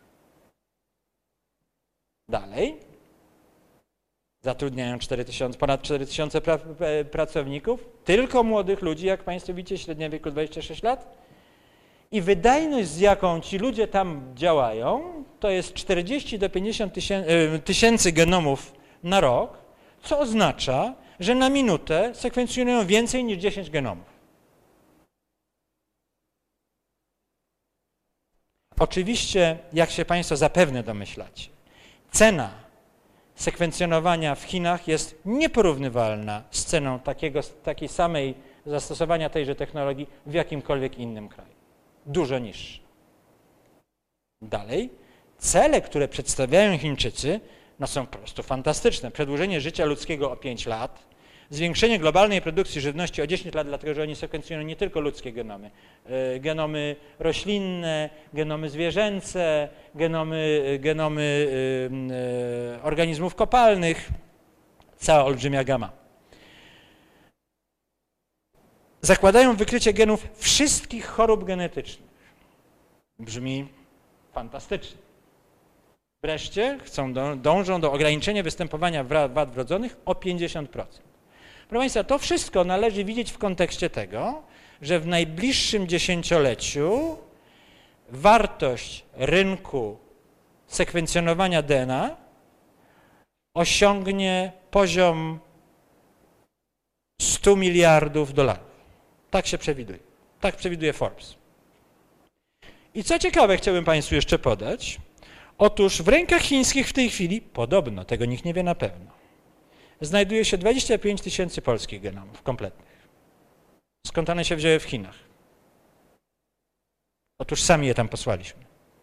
Dalej zatrudniają ponad 4000 pracowników, tylko młodych ludzi, jak Państwo widzicie, średnia wieku 26 lat. I wydajność, z jaką ci ludzie tam działają, to jest 40 do 50 tysięcy genomów na rok, co oznacza, że na minutę sekwencjonują więcej niż 10 genomów. Oczywiście, jak się Państwo zapewne domyślacie, cena sekwencjonowania w Chinach jest nieporównywalna z ceną takiej samej zastosowania tejże technologii w jakimkolwiek innym kraju. Dużo niższa. Dalej, cele, które przedstawiają Chińczycy, są po prostu fantastyczne. Przedłużenie życia ludzkiego o 5 lat, zwiększenie globalnej produkcji żywności o 10 lat, dlatego że oni sekwencjonują nie tylko ludzkie genomy, genomy roślinne, genomy zwierzęce, genomy organizmów kopalnych, cała olbrzymia gama. Zakładają wykrycie genów wszystkich chorób genetycznych. Brzmi fantastycznie. Wreszcie dążą do ograniczenia występowania wad wrodzonych o 50%. Proszę Państwa, to wszystko należy widzieć w kontekście tego, że w najbliższym dziesięcioleciu wartość rynku sekwencjonowania DNA osiągnie poziom $100 miliardów. Tak się przewiduje. Tak przewiduje Forbes. I co ciekawe, chciałbym Państwu jeszcze podać, otóż w rękach chińskich w tej chwili, podobno, tego nikt nie wie na pewno, znajduje się 25 tysięcy polskich genomów kompletnych. Skąd one się wzięły w Chinach? Otóż sami je tam posłaliśmy.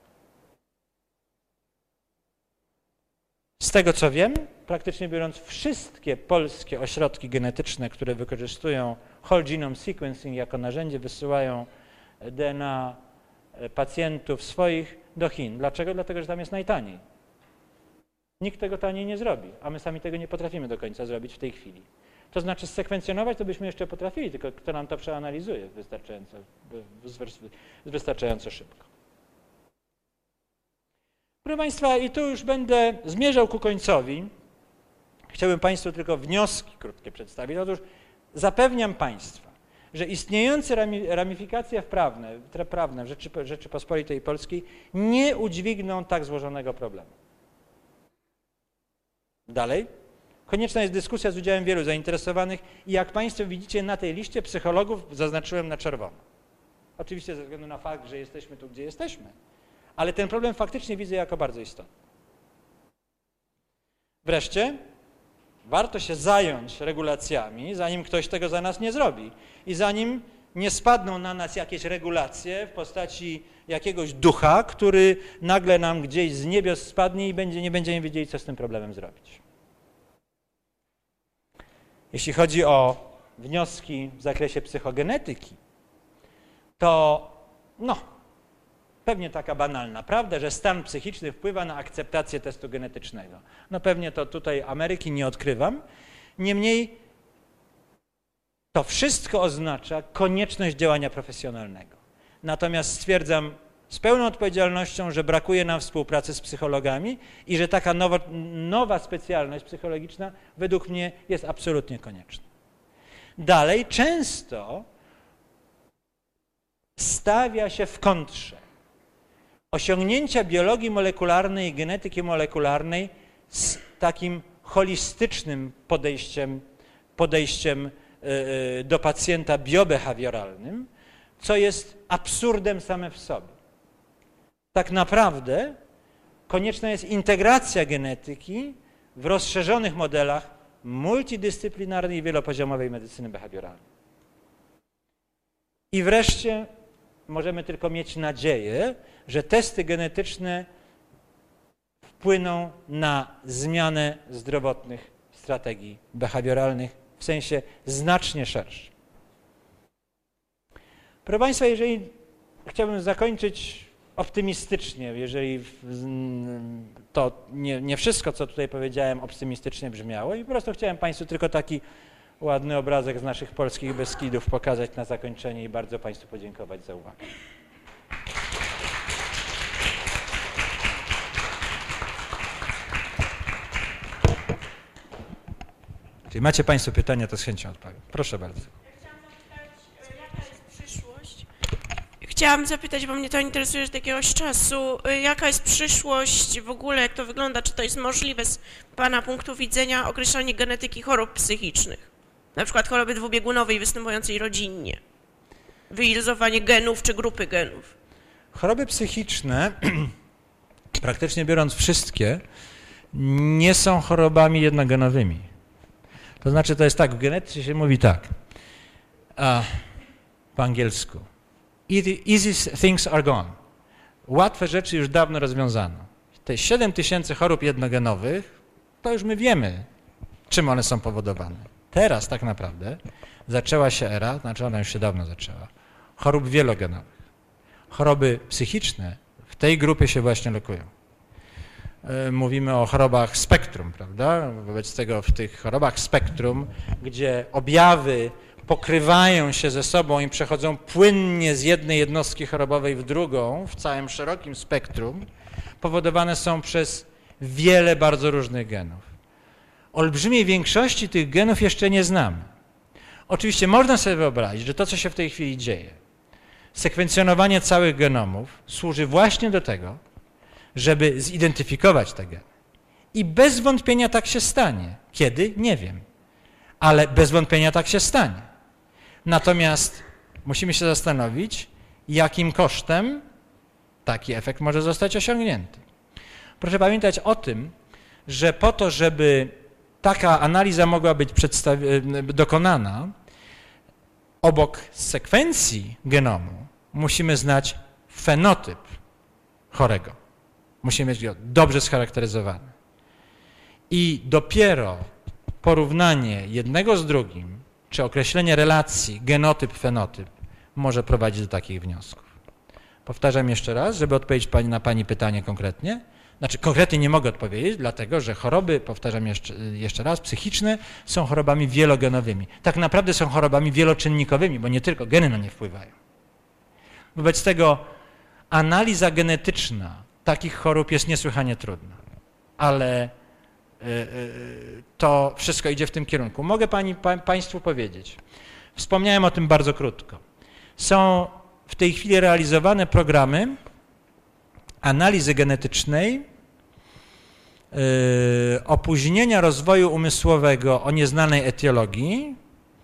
Z tego co wiem, praktycznie biorąc, wszystkie polskie ośrodki genetyczne, które wykorzystują whole genome sequencing jako narzędzie, wysyłają DNA pacjentów swoich do Chin. Dlaczego? Dlatego, że tam jest najtaniej. Nikt tego taniej nie zrobi, a my sami tego nie potrafimy do końca zrobić w tej chwili. To znaczy sekwencjonować to byśmy jeszcze potrafili, tylko kto nam to przeanalizuje wystarczająco szybko. Proszę Państwa, i tu już będę zmierzał ku końcowi. Chciałbym Państwu tylko wnioski krótkie przedstawić. Otóż zapewniam Państwa, że istniejące ramifikacje prawne w Rzeczypospolitej Polskiej nie udźwigną tak złożonego problemu. Dalej, Konieczna jest dyskusja z udziałem wielu zainteresowanych i jak Państwo widzicie na tej liście psychologów zaznaczyłem na czerwono. Oczywiście ze względu na fakt, że jesteśmy tu, gdzie jesteśmy, ale ten problem faktycznie widzę jako bardzo istotny. Wreszcie warto się zająć regulacjami, zanim ktoś tego za nas nie zrobi i zanim nie spadną na nas jakieś regulacje w postaci jakiegoś ducha, który nagle nam gdzieś z niebios spadnie i nie będziemy wiedzieli, co z tym problemem zrobić. Jeśli chodzi o wnioski w zakresie psychogenetyki, to pewnie taka banalna prawda, że stan psychiczny wpływa na akceptację testu genetycznego. Pewnie to tutaj Ameryki nie odkrywam. Niemniej to wszystko oznacza konieczność działania profesjonalnego. Natomiast stwierdzam z pełną odpowiedzialnością, że brakuje nam współpracy z psychologami i że taka nowa specjalność psychologiczna według mnie jest absolutnie konieczna. Dalej często stawia się w kontrze osiągnięcia biologii molekularnej i genetyki molekularnej z takim holistycznym podejściem do pacjenta biobehawioralnym, co jest absurdem same w sobie. Tak naprawdę konieczna jest integracja genetyki w rozszerzonych modelach multidyscyplinarnej i wielopoziomowej medycyny behawioralnej. I wreszcie możemy tylko mieć nadzieję, że testy genetyczne wpłyną na zmianę zdrowotnych strategii behawioralnych w sensie znacznie szerszym. Proszę Państwa, jeżeli chciałbym zakończyć optymistycznie, jeżeli to nie wszystko, co tutaj powiedziałem, optymistycznie brzmiało i po prostu chciałem Państwu tylko taki ładny obrazek z naszych polskich Beskidów pokazać na zakończenie i bardzo Państwu podziękować za uwagę. Jeżeli macie Państwo pytania, to z chęcią odpowiem. Proszę bardzo. Chciałam zapytać, bo mnie to interesuje od jakiegoś czasu, jaka jest przyszłość w ogóle, jak to wygląda, czy to jest możliwe z Pana punktu widzenia określanie genetyki chorób psychicznych, na przykład choroby dwubiegunowej występującej rodzinnie, wyiluzowanie genów czy grupy genów. Choroby psychiczne, praktycznie biorąc wszystkie, nie są chorobami jednogenowymi. To znaczy, to jest tak, w genetyce się mówi tak, po angielsku. Easy things are gone. Łatwe rzeczy już dawno rozwiązano. Te 7000 chorób jednogenowych, to już my wiemy, czym one są powodowane. Teraz tak naprawdę zaczęła się era, znaczy ona już się dawno zaczęła, chorób wielogenowych. Choroby psychiczne w tej grupie się właśnie lokują. Mówimy o chorobach spektrum, prawda? Wobec tego w tych chorobach spektrum, gdzie objawy pokrywają się ze sobą i przechodzą płynnie z jednej jednostki chorobowej w drugą, w całym szerokim spektrum, powodowane są przez wiele bardzo różnych genów. Olbrzymiej większości tych genów jeszcze nie znamy. Oczywiście można sobie wyobrazić, że to, co się w tej chwili dzieje, sekwencjonowanie całych genomów służy właśnie do tego, żeby zidentyfikować te geny. I bez wątpienia tak się stanie. Kiedy? Nie wiem. Ale bez wątpienia tak się stanie. Natomiast musimy się zastanowić, jakim kosztem taki efekt może zostać osiągnięty. Proszę pamiętać o tym, że po to, żeby taka analiza mogła być dokonana, obok sekwencji genomu musimy znać fenotyp chorego. Musimy mieć go dobrze scharakteryzowany. I dopiero porównanie jednego z drugim, czy określenie relacji genotyp-fenotyp może prowadzić do takich wniosków. Powtarzam jeszcze raz, żeby odpowiedzieć na Pani pytanie konkretnie. Znaczy konkretnie nie mogę odpowiedzieć, dlatego że choroby, powtarzam jeszcze raz, psychiczne są chorobami wielogenowymi. Tak naprawdę są chorobami wieloczynnikowymi, bo nie tylko geny na nie wpływają. Wobec tego analiza genetyczna takich chorób jest niesłychanie trudna, ale to wszystko idzie w tym kierunku. Mogę Państwu powiedzieć, wspomniałem o tym bardzo krótko. Są w tej chwili realizowane programy analizy genetycznej opóźnienia rozwoju umysłowego o nieznanej etiologii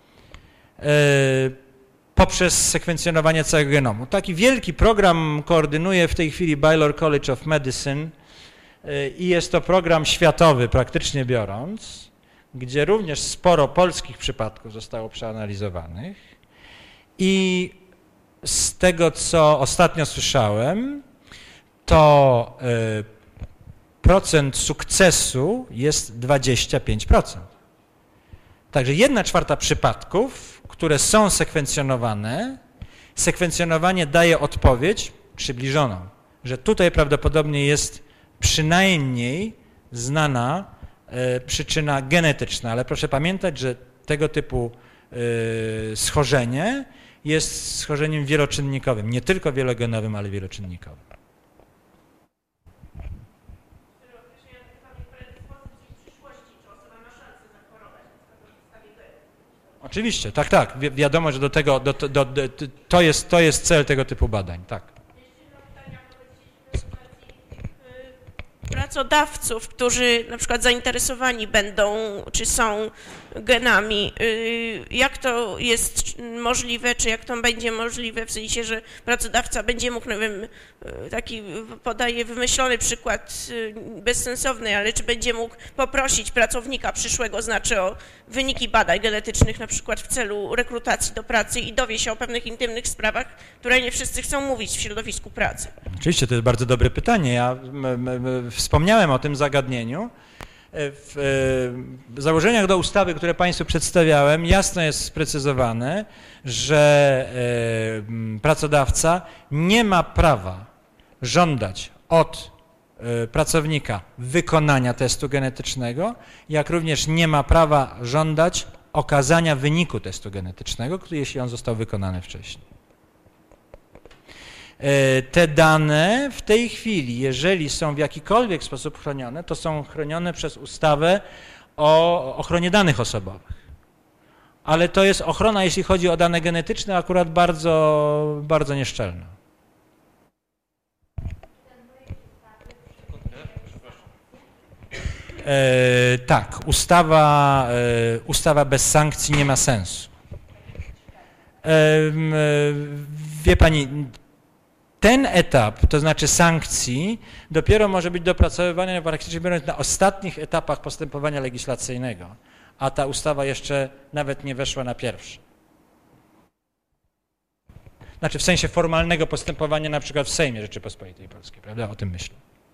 poprzez sekwencjonowanie całego genomu. Taki wielki program koordynuje w tej chwili Baylor College of Medicine i jest to program światowy, praktycznie biorąc, gdzie również sporo polskich przypadków zostało przeanalizowanych i z tego, co ostatnio słyszałem, to procent sukcesu jest 25%. Także 1/4 przypadków, które są sekwencjonowane, sekwencjonowanie daje odpowiedź przybliżoną, że tutaj prawdopodobnie jest przynajmniej znana przyczyna genetyczna, ale proszę pamiętać, że tego typu schorzenie jest schorzeniem wieloczynnikowym, nie tylko wielogenowym, ale wieloczynnikowym. Oczywiście, tak. Wiadomo, że do tego, to jest cel tego typu badań, tak. Pracodawców, którzy na przykład zainteresowani będą, czy są genami, jak to jest możliwe, czy jak to będzie możliwe, w sensie, że pracodawca będzie mógł, nie wiem, taki podaję wymyślony przykład bezsensowny, ale czy będzie mógł poprosić pracownika przyszłego, znaczy o wyniki badań genetycznych, na przykład w celu rekrutacji do pracy i dowie się o pewnych intymnych sprawach, które nie wszyscy chcą mówić w środowisku pracy. Oczywiście, to jest bardzo dobre pytanie. Ja wspomniałem o tym zagadnieniu. W założeniach do ustawy, które Państwu przedstawiałem, jasno jest sprecyzowane, że pracodawca nie ma prawa żądać od pracownika wykonania testu genetycznego, jak również nie ma prawa żądać okazania wyniku testu genetycznego, jeśli on został wykonany wcześniej. Te dane w tej chwili, jeżeli są w jakikolwiek sposób chronione, to są chronione przez ustawę o ochronie danych osobowych. Ale to jest ochrona, jeśli chodzi o dane genetyczne, akurat bardzo, bardzo nieszczelna. Tak, ustawa bez sankcji nie ma sensu. Wie Pani, ten etap, to znaczy sankcji, dopiero może być dopracowywany praktycznie biorąc na ostatnich etapach postępowania legislacyjnego, a ta ustawa jeszcze nawet nie weszła na pierwszy. Znaczy w sensie formalnego postępowania na przykład w Sejmie Rzeczypospolitej Polskiej, prawda? O tym myślę.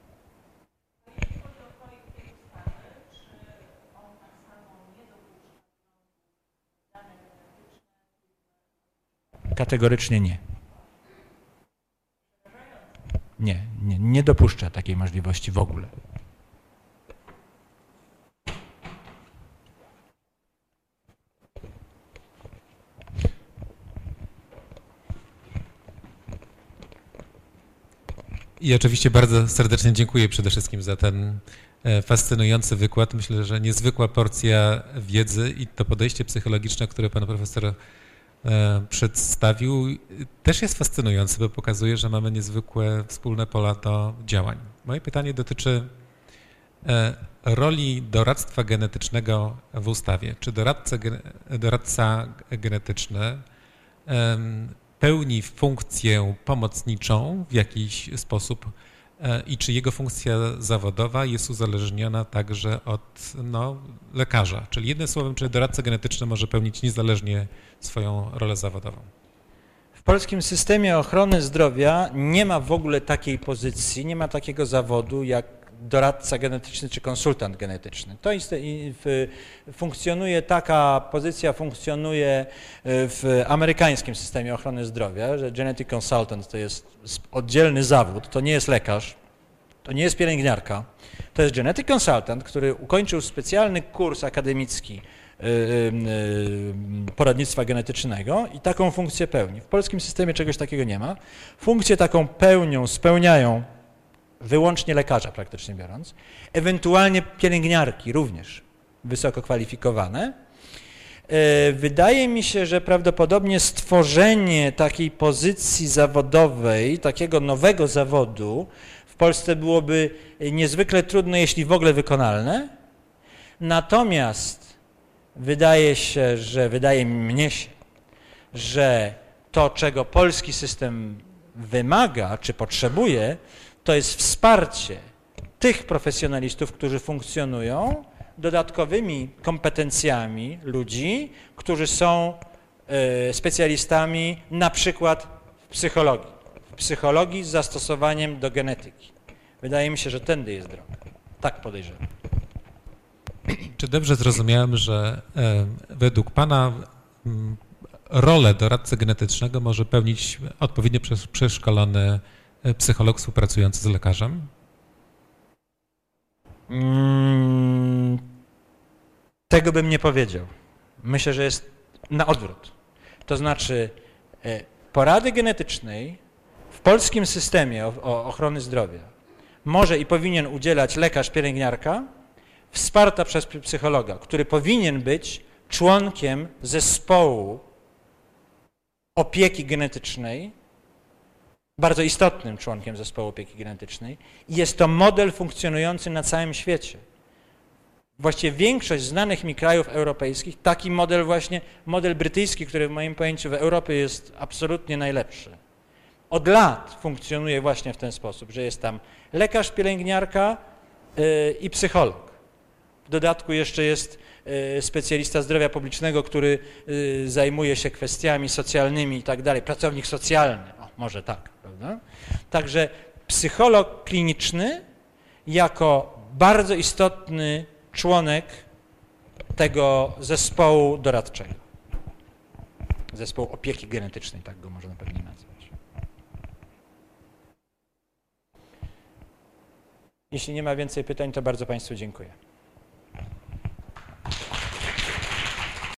Kategorycznie nie. Nie dopuszcza takiej możliwości w ogóle. I oczywiście bardzo serdecznie dziękuję przede wszystkim za ten fascynujący wykład. Myślę, że niezwykła porcja wiedzy i to podejście psychologiczne, które pan profesor przedstawił, też jest fascynujący, bo pokazuje, że mamy niezwykłe wspólne pola do działań. Moje pytanie dotyczy roli doradztwa genetycznego w ustawie. Czy doradca genetyczny pełni funkcję pomocniczą w jakiś sposób i czy jego funkcja zawodowa jest uzależniona także od lekarza? Czyli jednym słowem, czy doradca genetyczny może pełnić niezależnie swoją rolę zawodową? W polskim systemie ochrony zdrowia nie ma w ogóle takiej pozycji, nie ma takiego zawodu jak doradca genetyczny czy konsultant genetyczny. To funkcjonuje, taka pozycja funkcjonuje w amerykańskim systemie ochrony zdrowia, że genetic consultant to jest oddzielny zawód, to nie jest lekarz, to nie jest pielęgniarka, to jest genetic consultant, który ukończył specjalny kurs akademicki poradnictwa genetycznego i taką funkcję pełni. W polskim systemie czegoś takiego nie ma. Funkcję taką spełniają wyłącznie lekarza, praktycznie biorąc, ewentualnie pielęgniarki również wysoko kwalifikowane. Wydaje mi się, że prawdopodobnie stworzenie takiej pozycji zawodowej, takiego nowego zawodu W Polsce byłoby niezwykle trudne, jeśli w ogóle wykonalne. Natomiast wydaje mnie się, że to, czego polski system wymaga czy potrzebuje, to jest wsparcie tych profesjonalistów, którzy funkcjonują, dodatkowymi kompetencjami ludzi, którzy są specjalistami na przykład w psychologii z zastosowaniem do genetyki. Wydaje mi się, że tędy jest droga. Tak podejrzewam. Czy dobrze zrozumiałem, że według Pana rolę doradcy genetycznego może pełnić odpowiednio przeszkolony psycholog współpracujący z lekarzem? Tego bym nie powiedział. Myślę, że jest na odwrót. To znaczy porady genetycznej w polskim systemie ochrony zdrowia może i powinien udzielać lekarz, pielęgniarka, wsparta przez psychologa, który powinien być członkiem zespołu opieki genetycznej, bardzo istotnym członkiem zespołu opieki genetycznej. I jest to model funkcjonujący na całym świecie. Właściwie większość znanych mi krajów europejskich, taki model właśnie, model brytyjski, który w moim pojęciu w Europie jest absolutnie najlepszy. Od lat funkcjonuje właśnie w ten sposób, że jest tam lekarz, pielęgniarka i psycholog. W dodatku jeszcze jest specjalista zdrowia publicznego, który zajmuje się kwestiami socjalnymi i tak dalej, pracownik socjalny, może tak, prawda? Także psycholog kliniczny jako bardzo istotny członek tego zespołu doradczego. Zespołu opieki genetycznej, tak go można pewnie nazwać. Jeśli nie ma więcej pytań, to bardzo Państwu dziękuję.